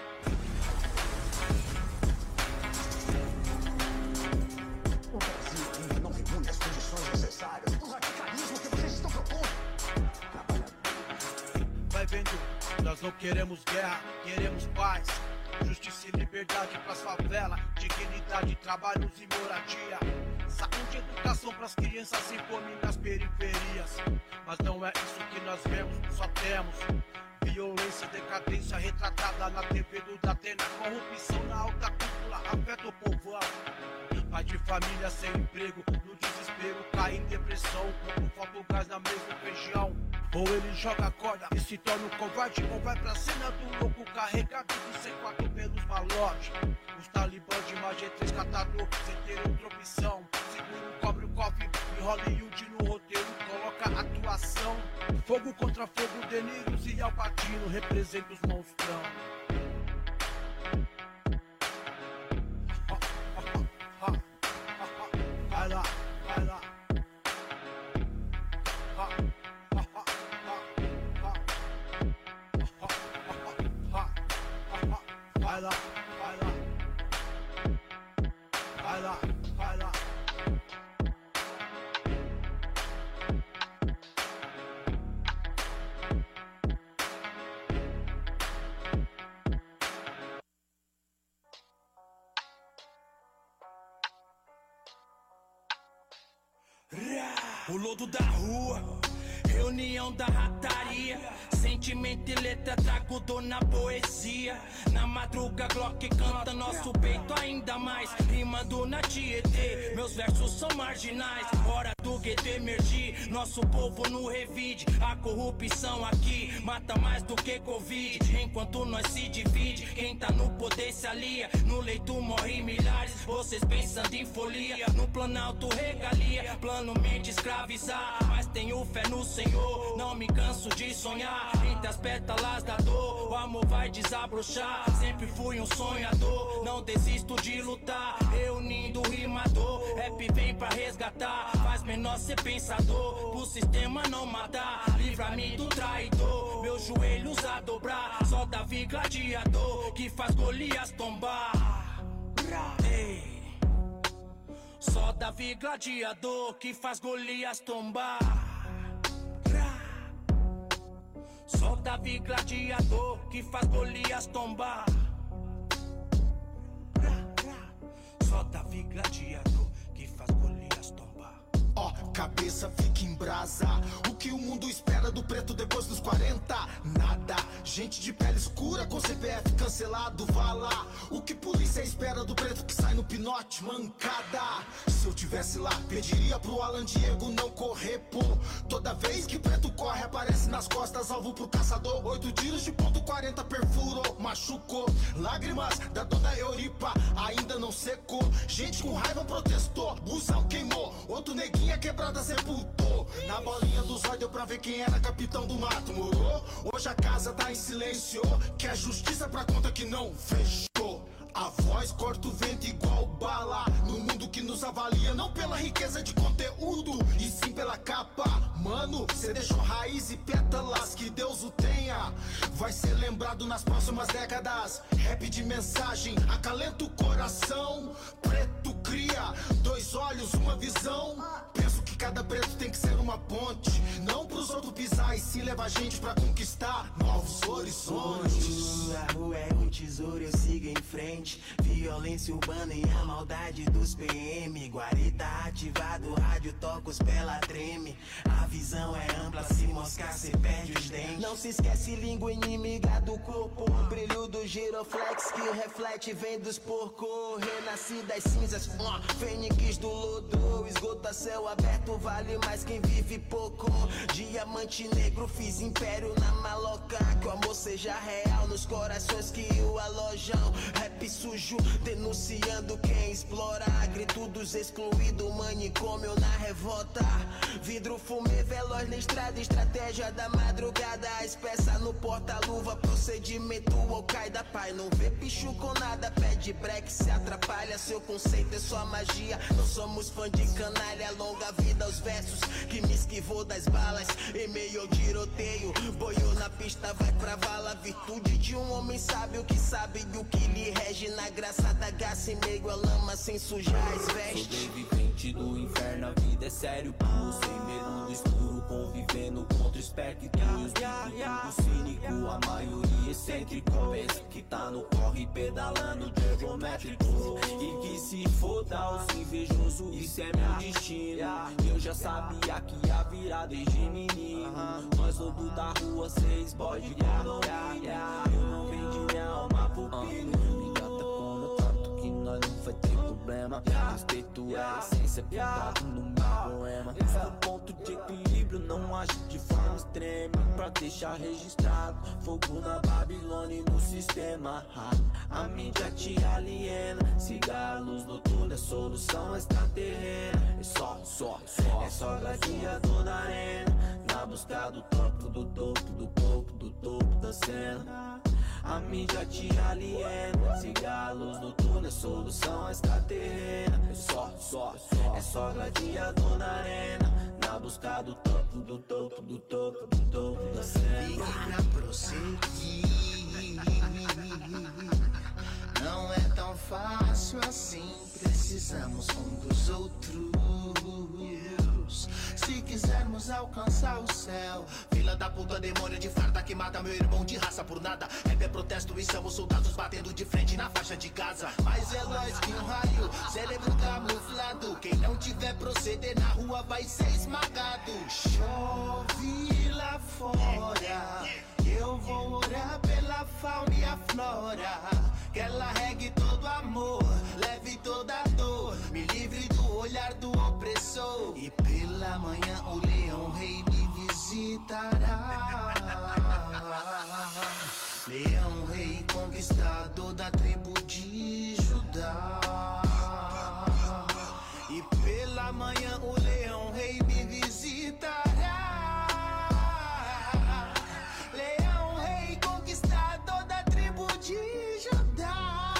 O Brasil ainda não reúne as condições necessárias do radicalismo que vocês estão propondo. Vai vendo, nós não queremos guerra, queremos paz. Justiça e liberdade pras favelas, dignidade, trabalhos e moradia. Saúde e educação pras crianças sem fome nas periferias. Mas não é isso que nós vemos, só temos violência, decadência retratada na TV do Datena. Corrupção na alta cúpula afeta o povão. Pai de família sem emprego, no desespero cai em depressão. Quando falta o gás na mesa do feijão. Ou ele joga a corda e se torna um covarde, ou vai pra cena do louco carregado de C4 pelos malotes. Os talibãs de mais G3 catador, sem ter outra opção. Seguro, cobre o cofre e Hollywood no roteiro coloca atuação. Fogo contra fogo, De Niros e Al Pacino representa os monstrão. Vai lá, vai lá. Vai lá, vai lá. Vai lá, vai lá. O lodo da rua, reunião da rataria. Sentimento e letra, trago dor na poesia. Na madruga, Glock canta nosso peito ainda mais. Rimando na Tietê, meus versos são marginais. Hora do gueto emergir, nosso povo no revide. A corrupção aqui mata mais do que Covid. Enquanto nós se divide, quem tá no poder se alia. No leito morre milhares, vocês pensando em folia. No planalto regalia, plano mente escravizar. Mas tenho fé no Senhor, não me canso de sonhar. Entre as pétalas da dor, o amor vai desabrochar. Sempre fui um sonhador, não desisto de lutar. Reunindo rimador, rap vem pra resgatar. Faz menor ser pensador, pro sistema não matar. Livra-me do traidor, meus joelhos a dobrar. Só Davi gladiador, que faz Golias tombar. Ei. Só Davi gladiador, que faz Golias tombar. Só Davi gladiador, que faz Golias tombar. Só Davi gladiador, que faz Golias tombar. Ó, cabeça fica em brasa. O que o mundo espera do preto depois dos 40? Nada. Gente de pele escura com CPF cancelado, vá lá. O que polícia espera do preto que sai no pinote? Mancada. Se eu tivesse lá, pediria pro Alan Diego não correr, pô. Toda vez que preto corre, aparece nas costas, alvo pro caçador. 8 tiros de ponto 40 perfurou, machucou. Lágrimas da dona Euripa ainda não secou. Gente com raiva protestou, busão queimou. Outro neguinha quebrada sepultou. Na bolinha dos olhos deu pra ver quem era capitão do mato, morou. Hoje a casa tá em silêncio, que é justiça pra conta que não fechou. A voz corta o vento igual bala. No mundo que nos avalia não pela riqueza de conteúdo, e sim pela capa. Mano, cê deixou raiz e pétalas, que Deus o tenha. Vai ser lembrado nas próximas décadas. Rap de mensagem, acalenta o coração. Preto cria 2 olhos, uma visão. Penso que cada preto tem que ser uma ponte, não pros outros pisar, e se levar a gente pra conquistar novos horizontes. A rua é um tesouro, eu sigo em frente. Violência urbana e a maldade dos PM. Guarita ativado, rádio lábio, toca os pés, ela treme. A visão é ampla, se moscar cê perde os dentes. Não se esquece, língua inimiga do corpo. O brilho do giroflex que reflete vem dos porcos. Renasci das cinzas, fênix do lodo. Esgota céu aberto, vale mais quem vive pouco. Diamante negro, fiz império na maloca. Que o amor seja real nos corações que o alojam. Rap sujo, denunciando quem explora. Grito dos excluídos, manicômio na revolta. Vidro, fumê, veloz na estrada. Estratégia da madrugada. Espessa no porta-luva, procedimento Al-Qaeda. Pai, não vê bicho com nada, pede break, se atrapalha. Seu conceito é só magia, não somos fã de canalha. Longa vida aos versos que me esquivou das balas. Em meio ao tiroteio, boiou na pista, vai pra vala. Virtude de um homem sábio que sabe do que lhe rege. Na graça da graça, em meio a lama, sem sujar as vestes. Sobrevivente do inferno, a vida é sério, puro. Sem medo do escuro, convivendo contra o espectro. Os cínico, a maioria excêntrico. Pensa que tá no corre, pedalando de ergométrico. E que se foda os invejosos, isso é meu destino. Eu já sabia que ia virar desde menino. Nós lobo da rua, cês bode condomínio. Eu não vendi minha alma pro pino. Me gata como tanto que nós não vai ter problema. Respeito é a essência, cuidado no meu poema. No ponto de equilíbrio, não age de forma extrema. Pra deixar registrado, fogo na Babilônia e no sistema. A mídia te aliena. Siga a luz noturna, é solução extraterrena. É só gladiador na arena. Na busca do topo, do topo, do topo, do topo da cena. A mídia te aliena. Siga a luz noturna, é solução extraterrena. É só gladiador na arena. Na busca do topo, do topo, do topo, do topo da cena. Ligue pra prosseguir. Não é tão fácil assim. Precisamos um dos outros. Se quisermos alcançar o céu. Filha da puta, demônio de farda que mata meu irmão de raça por nada. Rap é protesto e somos soldados batendo de frente na faixa de casa. Mas é lógico que um raio, cérebro camuflado. Quem não tiver proceder na rua vai ser esmagado. Chove lá fora, eu vou orar pela fauna e a flora. Que ela regue todo amor, leve toda a dor, me livre do olhar do opressor. E pela manhã o leão rei me visitará. Leão rei conquistador da tribo de Judá. E pela manhã o leão rei me visitará. Leão rei conquistador da tribo de Judá.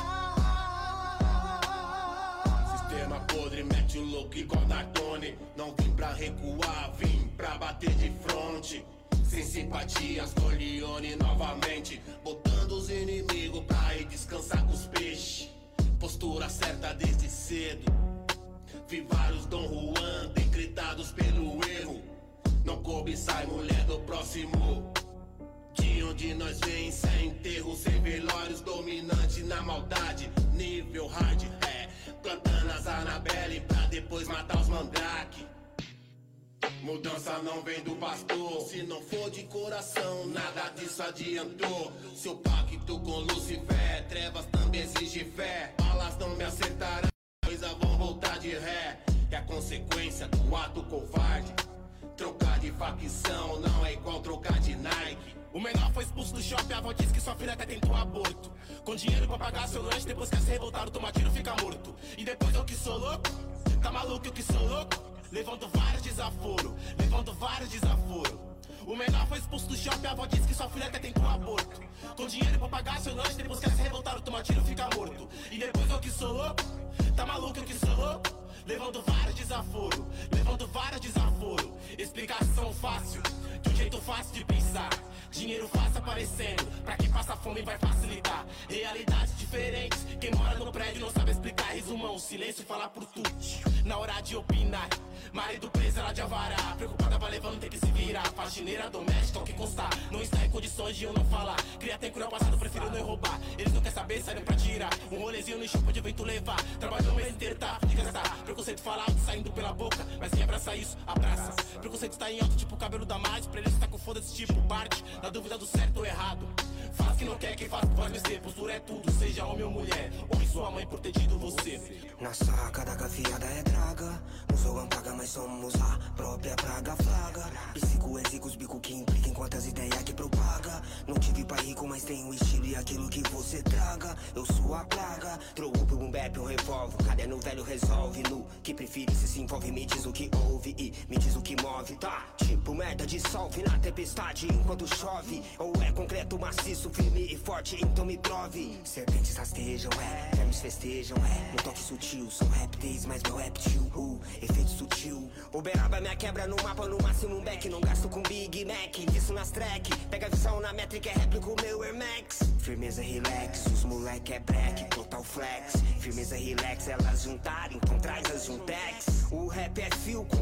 Sistema podre, mete o louco igual Nardone. Não vim pra recuar, vim pra bater de fronte. Sem simpatias, Corleone novamente. Botando os inimigos pra ir descansar com os peixes. Postura certa desde cedo. Vi vários Dom Juan decretados pelo erro. Não cobiçai mulher do próximo. De onde nós vem, sem enterro, sem velórios. Dominante na maldade, nível hard. Plantando as Anabelle pra depois matar os mandrake. Mudança não vem do pastor. Se não for de coração, nada disso adiantou. Seu pacto com Lucifer, trevas também exige fé. Balas não me acertarão, coisas vão voltar de ré. É a consequência do ato covarde. Trocar de facção não é igual trocar de Nike. O menor foi expulso do shopping, a avó disse que sua filha até tentou aborto. Com dinheiro pra pagar seu lanche, depois que se revoltaram, toma tiro, fica morto. E depois eu que sou louco, tá maluco eu que sou louco? Levanto vários desaforos, O menor foi expulso do shopping, a avó disse que sua filha até tentou aborto. Com dinheiro pra pagar seu lanche, depois que se revoltaram, toma tiro, fica morto. E depois eu que sou louco, tá maluco eu que sou louco? Levanto vários desaforos, Explicação fácil, de um jeito fácil de pensar. Dinheiro fácil aparecendo, pra quem passa fome vai facilitar. Realidades diferentes, quem mora no prédio não sabe explicar. Resumão, silêncio fala por tudo, na hora de opinar. Marido preso, ela de alvará, preocupada vai levando, tem que se virar. Faxineira doméstica, o que constar, não está em condições de eu não falar. Cria tem cruel passado, prefiro não roubar. Eles não querem saber, saíram pra tirar. Um rolezinho no chão pode o vento levar. Trabalho o mês inteiro, tá de gastar. Preconceito falado, saindo pela boca, mas quebra abraça isso, abraça. Preconceito está em alta, tipo o cabelo da mais. Pra ele está com foda-se, tipo parte. Na dúvida do certo ou errado. Faz que não quer, quem faz pode vencer. Postura é tudo, seja homem ou mulher. Ou sua mãe por ter tido você. Na saca da gafiada é draga. Não sou paga, mas somos a própria praga flaga. Psico, bico que implica em quantas ideias que propaga. Não tive pai rico, mas tenho estilo e aquilo que você traga. Eu sou a praga. Trou up, um bap, um revólver. Caderno velho resolve. No que prefere, se envolve, me diz o que ouve e me diz o que move. Tá, tipo merda dissolve na tempestade enquanto chove. Ou é concreto maciço, firme e forte, então me prove. Serpentes rastejam, vermes festejam, no toque sutil. São répteis, mas meu réptil, efeito sutil. Uberaba é minha quebra no mapa, no máximo um back. Não gasto com Big Mac, invisto nas track. Pega a visão na métrica, é réplica o meu Air Max. Firmeza relax, os moleque é black, total flex. Firmeza relax, elas juntaram, então traz as juntex. O rap é fio com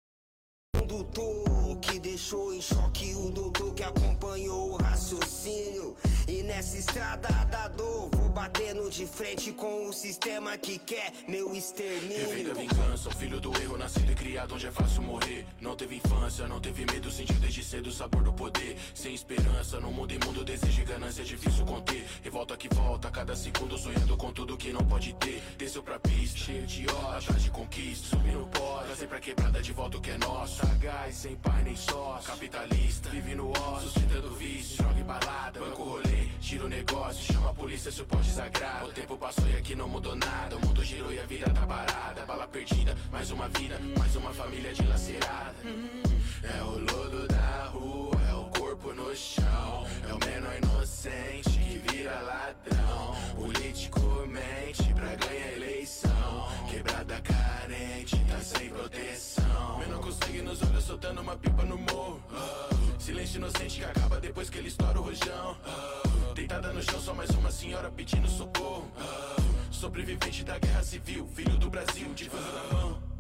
condutor que deixou em choque o doutor que acompanhou o raciocínio. E nessa estrada da dor vou batendo de frente com o sistema que quer meu extermínio. Revém da vingança, o filho do erro, nascido e criado onde é fácil morrer. Não teve infância, não teve medo, sentiu desde cedo o sabor do poder. Sem esperança, no mundo imundo, desejo e ganância é difícil conter. Revolta que volta, cada segundo sonhando com tudo que não pode ter. Desceu pra pista, cheio de ódio, atrás de conquista. Subir no pó, trazer pra quebrada de volta o que é nosso. Sagaz, sem pai nem sócio, capitalista, vive no ócio, sustentando vício, joga em balada, banco rolê, tira o negócio, chama a polícia se o pó desagrada. O tempo passou e aqui não mudou nada, o mundo girou e a vida tá parada. Bala perdida, mais uma vida, mais uma família dilacerada. É o lodo da rua, é o corpo no chão, é o menor inocente que vira ladrão. Político mente pra ganhar eleição, quebrada carente, tá sem proteção. Menor consegue nos olhos soltando uma pipa no morro. Silêncio inocente que acaba depois que ele estoura o rojão. Deitada no chão, só mais uma senhora pedindo socorro. Sobrevivente da guerra civil, filho do Brasil, de coisa na mão.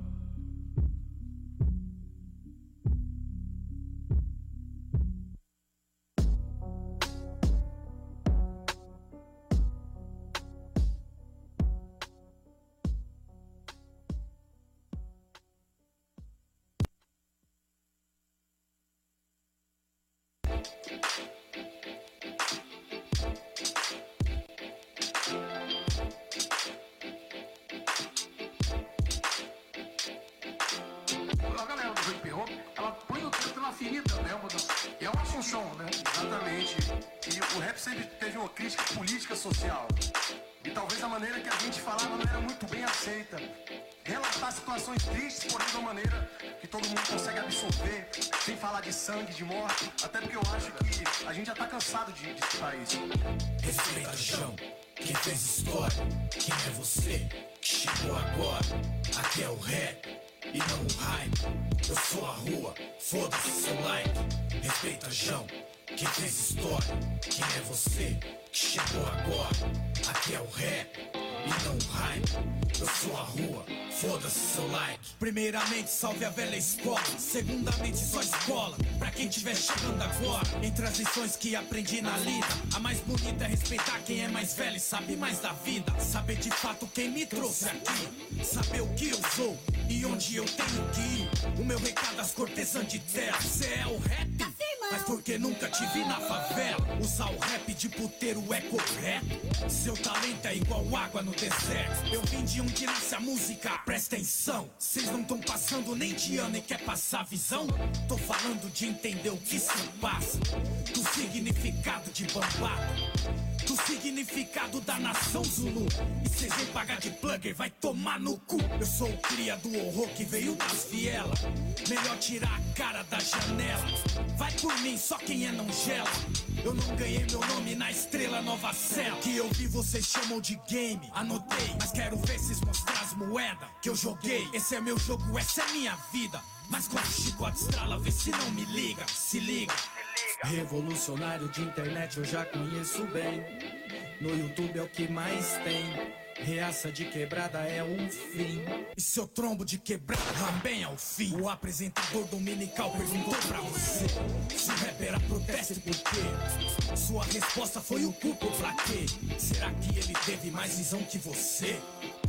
A galera do hip hop, ela põe o dedo na ferida mesmo, é uma função, né? Exatamente. E o rap sempre teve uma crítica política social. E talvez a maneira que a gente falava não era muito bem aceita. Relatar situações tristes, porém de uma maneira que todo mundo consegue absorver, sem falar de sangue, de morte. Até porque eu acho que a gente já tá cansado de escutar isso. Respeita, chão, quem fez história, quem é você, que chegou agora. Aqui é o rap e não o hype. Eu sou a rua, foda-se seu like. Respeita, João, quem fez história, quem é você, que chegou agora. Aqui é o rap e não o hype. Eu sou a rua, foda-se seu like. Primeiramente, salve a velha escola. Segundamente, só escola pra quem tiver chegando agora. Entre as lições que aprendi na lida, a mais bonita é respeitar quem é mais velho e sabe mais da vida. Saber de fato quem me trouxe aqui, saber o que eu sou e onde eu tenho que ir. O meu recado às cortesãs de terra: cê é o rap, mas porque nunca te vi na favela. Usar o rap de puteiro é correto. Seu talento é igual água no deserto. Eu vim de onde nasce a música, presta atenção. Cês não tão passando nem de ano e quer passar visão? Tô falando de entender o que se passa, do significado de bambado, do significado da nação Zulu. E cês vem pagar de plugger, vai tomar no cu. Eu sou o cria do horror que veio das vielas. Melhor tirar a cara da janela. Vai por mim, só quem é não gela. Eu não ganhei meu nome na Estrela Nova Cela. Que eu vi vocês chamam de game, anotei, mas quero ver vocês mostrar as moedas que eu joguei. Esse é meu jogo, essa é minha vida. Mas quando o chicote estrala, vê se não me liga. Se liga. Revolucionário de internet eu já conheço bem. No YouTube é o que mais tem. Reaça de quebrada é um fim. E seu trombo de quebrada também é o fim. O apresentador dominical perguntou pra você se o rap era protesto por quê? Sua resposta foi o culpo pra quê? Será que ele teve mais visão que você?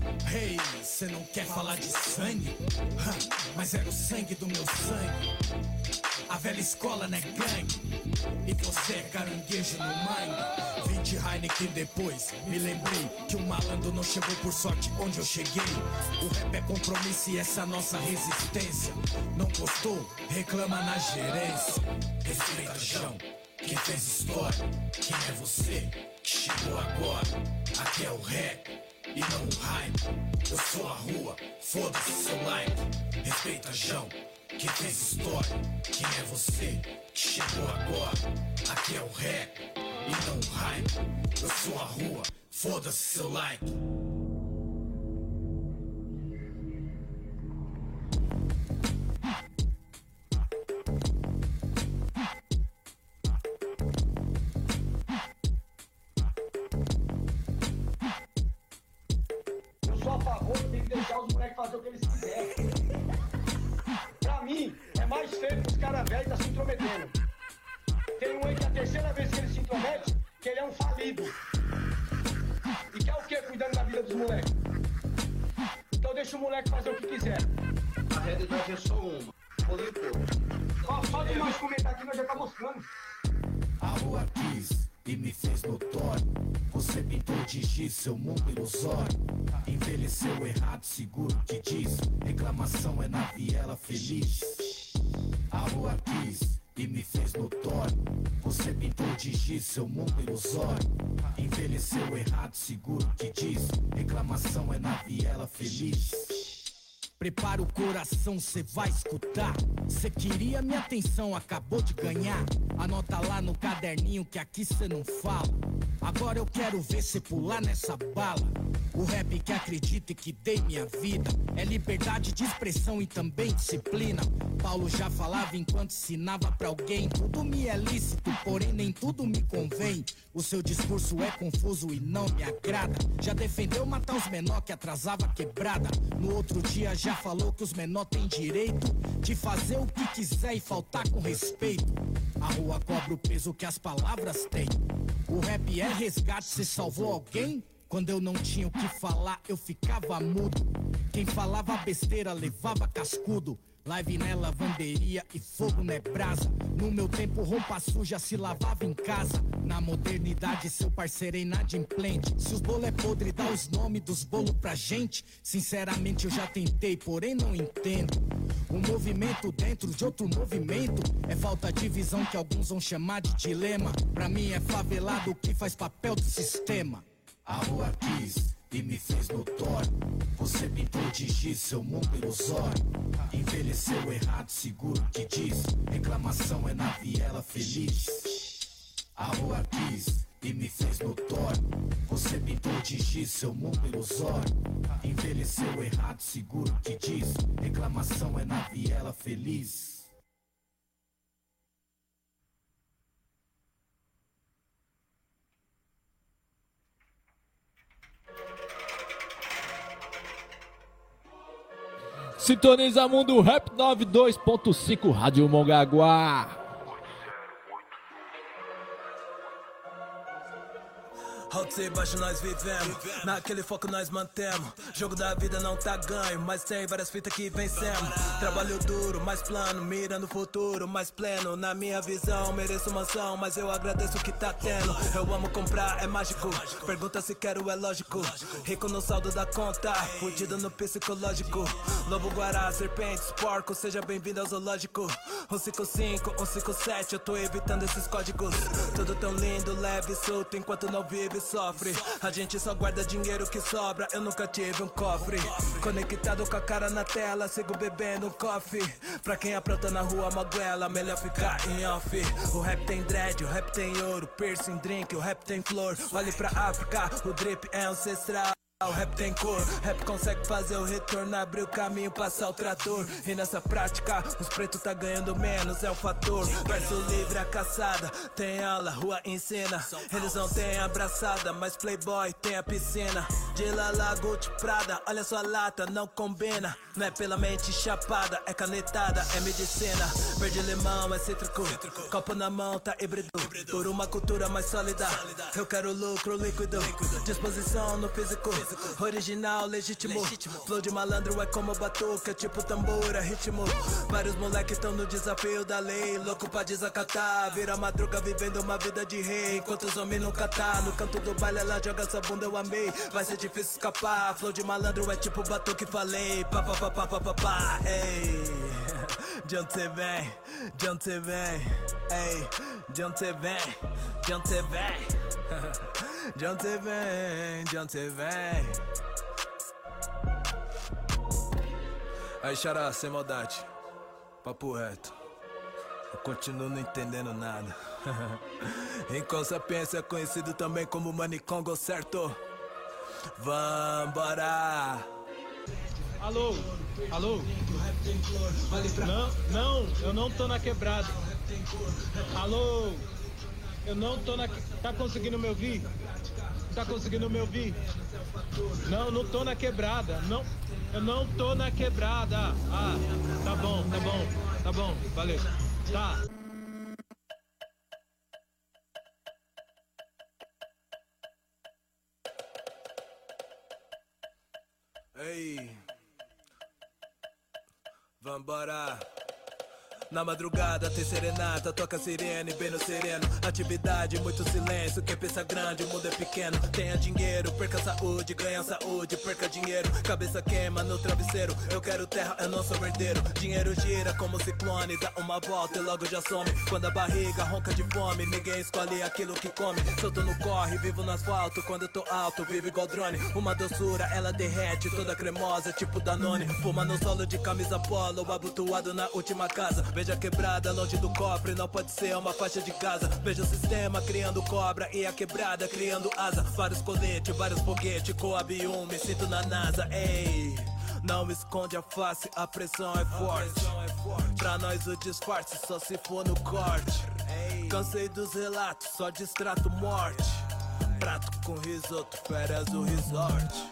Hey, cê não quer falar de sangue? Mas era o sangue do meu sangue. A velha escola não é gangue. E você é caranguejo no mangue. 20 Heineken depois, me lembrei que o malandro não chegou por sorte onde eu cheguei. O rap é compromisso e essa é a nossa resistência. Não gostou? Reclama na gerência. Respeita, João, quem fez história. Quem é você que chegou agora? Aqui é o rap e não o hype. Eu sou a rua, foda-se seu like. Respeita, João, quem fez história. Quem é você que chegou agora? Aqui é o rap e não o hype. Eu sou a rua, foda-se seu like. Eu sou a favor, tem que deixar os moleques fazer o que eles quiserem. Pra mim, é mais feio que os caras velhos tá se intrometendo. Tem um aí que é a terceira vez que ele se intromete, que ele é um falido. E quer o quê cuidando da vida dos moleques? Então deixa o moleque fazer o que quiser. A realidade é só uma. Só de nós comentar aqui nós já tá mostrando. A rua quis e me fez notório. Você pintou de giz seu mundo ilusório. Envelheceu errado, seguro que diz. Reclamação é na viela feliz. A rua quis e me fez notório. Você pintou de giz seu mundo ilusório. Envelheceu errado, seguro que diz. Reclamação é na viela feliz. Prepara o coração, cê vai escutar. Cê queria minha atenção, acabou de ganhar. Anota lá no caderninho que aqui cê não fala. Agora eu quero ver cê pular nessa bala. O rap que acredita e que dei minha vida é liberdade de expressão e também disciplina. Paulo já falava enquanto ensinava pra alguém. Tudo me é lícito, porém nem tudo me convém. O seu discurso é confuso e não me agrada. Já defendeu matar os menor que atrasava a quebrada. No outro dia já falou que os menor têm direito de fazer o que quiser e faltar com respeito. A rua cobra o peso que as palavras têm. O rap é resgate, cê salvou alguém? Quando eu não tinha o que falar, eu ficava mudo. Quem falava besteira levava cascudo. Live na lavanderia e fogo não é brasa. No meu tempo roupa suja se lavava em casa. Na modernidade seu parceiro é inadimplente. Se os bolo é podre, dá os nomes dos bolos pra gente. Sinceramente eu já tentei, porém não entendo. Um movimento dentro de outro movimento é falta de visão que alguns vão chamar de dilema. Pra mim é favelado que faz papel do sistema. A rua quis e me fez notório. Você pintou de giz seu mundo ilusório. Envelheceu errado, seguro que diz. Reclamação é na viela feliz. A rua quis e me fez notório. Você pintou de giz seu mundo ilusório. Envelheceu errado, seguro que diz. Reclamação é na viela feliz. Sintoniza Mundo Rap 92.5 Rádio Mongaguá. Altos e baixos nós vivemos, naquele foco nós mantemos. Jogo da vida não tá ganho, mas tem várias fitas que vencemos. Trabalho duro, mais plano, mirando o futuro, mais pleno. Na minha visão, mereço mansão, mas eu agradeço o que tá tendo. Eu amo comprar, é mágico, pergunta se quero, é lógico. Rico no saldo da conta, fudido no psicológico. Lobo, guará, serpentes, porco, seja bem-vindo ao zoológico. 155, 157, eu tô evitando esses códigos. Tudo tão lindo, leve e solto, enquanto não vive sofre. A gente só guarda dinheiro que sobra, eu nunca tive um cofre. Conectado com a cara na tela, sigo bebendo um coffee. Pra quem apronta na rua maguela, melhor ficar em off. O rap tem dread, o rap tem ouro, piercing, drink, o rap tem flor. Olhe pra África, o drip é ancestral. O rap tem cor, rap consegue fazer o retorno, abrir o caminho, passar o trator. E nessa prática, os pretos tá ganhando menos, é o fator. Verso livre, a caçada, tem aula, rua ensina. Eles não têm abraçada, mas playboy tem a piscina. De Lala, Gucci, Prada, olha sua lata, não combina. Não é pela mente chapada, é canetada, é medicina. Verde limão, é cítrico, copo na mão, tá híbrido. Por uma cultura mais sólida, eu quero lucro líquido. Disposição no físico, Original, legítimo. Flow de malandro é como batuca, tipo tambor, é ritmo. Vários moleques tão no desafio da lei, louco pra desacatar. Vira madruga vivendo uma vida de rei, enquanto os homens nunca tá. No canto do baile ela joga essa bunda, eu amei. Vai ser difícil escapar. Flow de malandro é tipo batuque, falei. Pá, pá, pá, pá, pá, pá, pá. Ei, de onde cê vem? De onde cê vem? Ei, de onde cê vem? De onde cê vem? De onde cê vem? De onde cê vem? Aí, xará, sem maldade, papo reto, eu continuo não entendendo nada. Inconsapiência é conhecido também como Manicongo, certo? Vambora! Alô? Alô? Não, eu não tô na quebrada. Alô? Eu não tô na... Tá conseguindo me ouvir? Tá conseguindo me ouvir? Não tô na quebrada. Não, eu não tô na quebrada. Ah, tá bom, valeu. Tá. Ei, vambora. Na madrugada tem serenata, toca sirene bem no sereno. Atividade, muito silêncio, quem pensa grande, o mundo é pequeno. Tenha dinheiro, perca saúde, ganha saúde, perca dinheiro. Cabeça queima no travesseiro, eu quero terra, eu não sou herdeiro. Dinheiro gira como ciclone, dá uma volta e logo já some. Quando a barriga ronca de fome, ninguém escolhe aquilo que come. Solto no corre, vivo no asfalto, quando eu tô alto, vivo igual drone. Uma doçura, ela derrete, toda cremosa, tipo Danone. Fuma no solo de camisa polo, abotoado na última casa. Veja a quebrada longe do cofre, não pode ser uma faixa de casa. Veja o sistema criando cobra e a quebrada criando asa. Vários coletes, vários foguetes, Coab 1, me sinto na NASA. Ei, não esconde a face, a pressão é forte. Pra nós o disfarce só se for no corte. Cansei dos relatos, só distrato morte. Prato com risoto, férias do resort.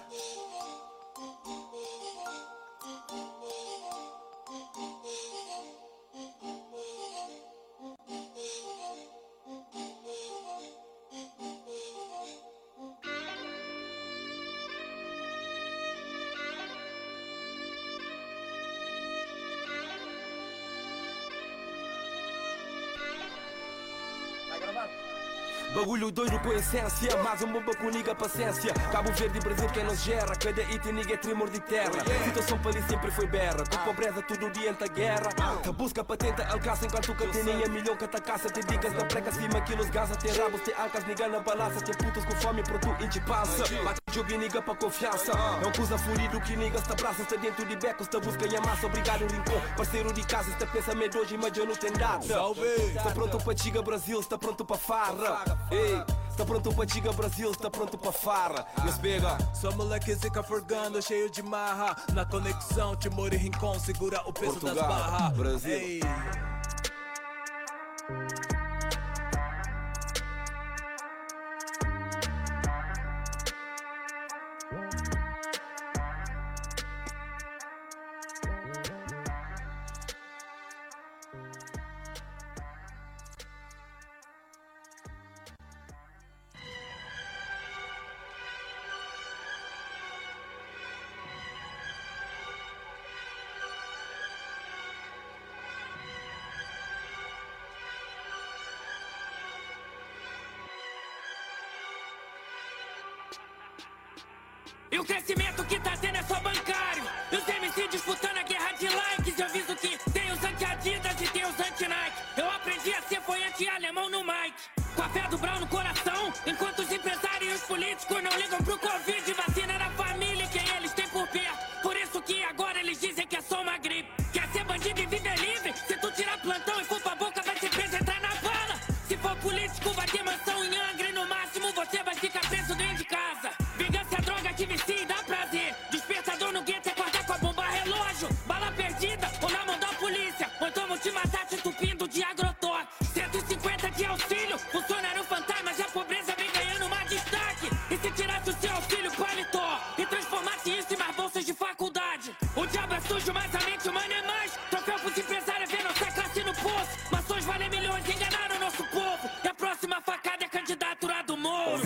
Bagulho doido com essência, mais um bomba com niga paciência. Cabo Verde e Brasil quem nos gera, cada item niga é tremor de terra. Situação para ali sempre foi berra, com pobreza todo dia entra guerra. Tá busca patenta, alcança enquanto que tem milhão que tá caça. Tem dicas na preca, cima quilos gaza. Tem rabos, tem ancas, niga na balança. Tem putas com fome, pronto, inti passa. Bate jogo e niga pra confiança. É um coisa furido que niga está braço. Está dentro de becos, está busca e amassa. Obrigado rincão, parceiro de casa. Está pensamento hoje, mas já não tem data. Está pronto pra Tiga Brasil, está pronto pra farra. Ei, está pronto pra Tiga Brasil, está pronto pra farra. Nos pega. Sou moleque zica forgando, cheio de marra. Na conexão, Timor e Rincon, segura o peso Portugal, das barras. Brasil. Ei. E o crescimento que tá tendo é só bancário. E os MC disputando a guerra de likes. Eu aviso que tem os anti-Adidas e tem os anti-Nike. Eu aprendi a ser foi anti-alemão no mic. Com a fé do Brown no coração. Enquanto os empresários e os políticos não ligam pro Covid. Vacina na família e quem eles têm por perto. Por isso que agora eles dizem que é só uma gripe. Quer ser bandido e vida livre? Se tu tirar plantão e for pra boca vai ser preso, entrar na bala. Se for político vai ter mansão em Angra. No máximo você vai ficar preso dentro de casa. Vingança é droga que vicia e dá prazer. Despertador no gueto é acordar com a bomba relógio. Bala perdida ou na mão da polícia. Ou então vão te matar te entupindo de agrotoque. 150 de auxílio, funcionário fantasma. Já a pobreza vem ganhando mais destaque. E se tirasse o seu auxílio paletó e transformasse isso em mais bolsas de faculdade. O diabo é sujo, mas a mente humana é mais. Troféu pros empresários ver nossa classe no poço. Mações valem milhões, enganaram o nosso povo. E a próxima facada é candidatura do morro. Mirando e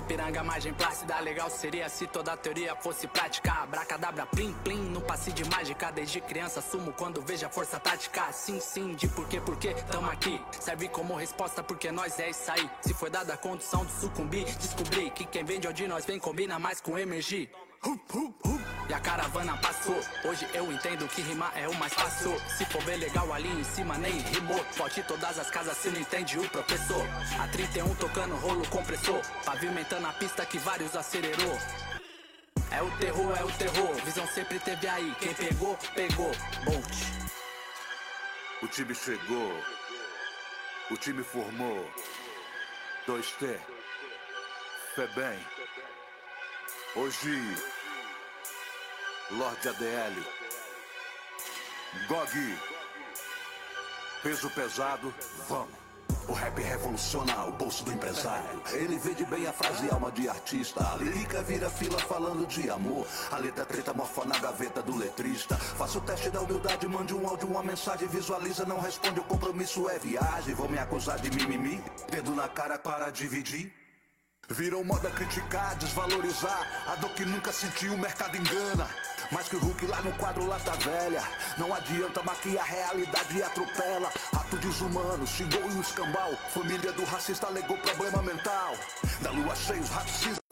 Ipiranga, margem plácida. Legal seria se toda a teoria fosse prática. Abracadabra, plim, plim, no passe de mágica. Desde criança assumo quando vejo a força tática. Sim, sim, de porquê, tamo aqui. Serve como resposta porque nós é isso aí. Se foi dada a condição de sucumbir, descobri que quem vem de onde nós vem combina mais com emergir. E a caravana passou. Hoje eu entendo que rimar é o mais fácil. Se for ver legal ali em cima nem rimou. Pode todas as casas se não entende o professor. A 31 tocando rolo compressor, pavimentando a pista que vários acelerou. É o terror, visão sempre teve aí. Quem pegou, pegou, Bolt. O time chegou, o time formou. 2T, Febem. Hoje, Lorde ADL, Gog, peso pesado, vamos. O rap revoluciona o bolso do empresário. Ele vende bem a frase alma de artista. A lírica vira fila falando de amor. A letra treta morfa na gaveta do letrista. Faça o teste da humildade, mande um áudio, uma mensagem. Visualiza, não responde, o compromisso é viagem. Vão me acusar de mimimi, dedo na cara para dividir. Virou moda criticar, desvalorizar. A dor que nunca sentiu, o mercado engana. Mais que o Hulk lá no quadro Lata Velha. Não adianta maquiar a realidade e atropela. Rato desumano, xingou e um escambau. Família do racista alegou problema mental. Da lua cheia os ratos cinza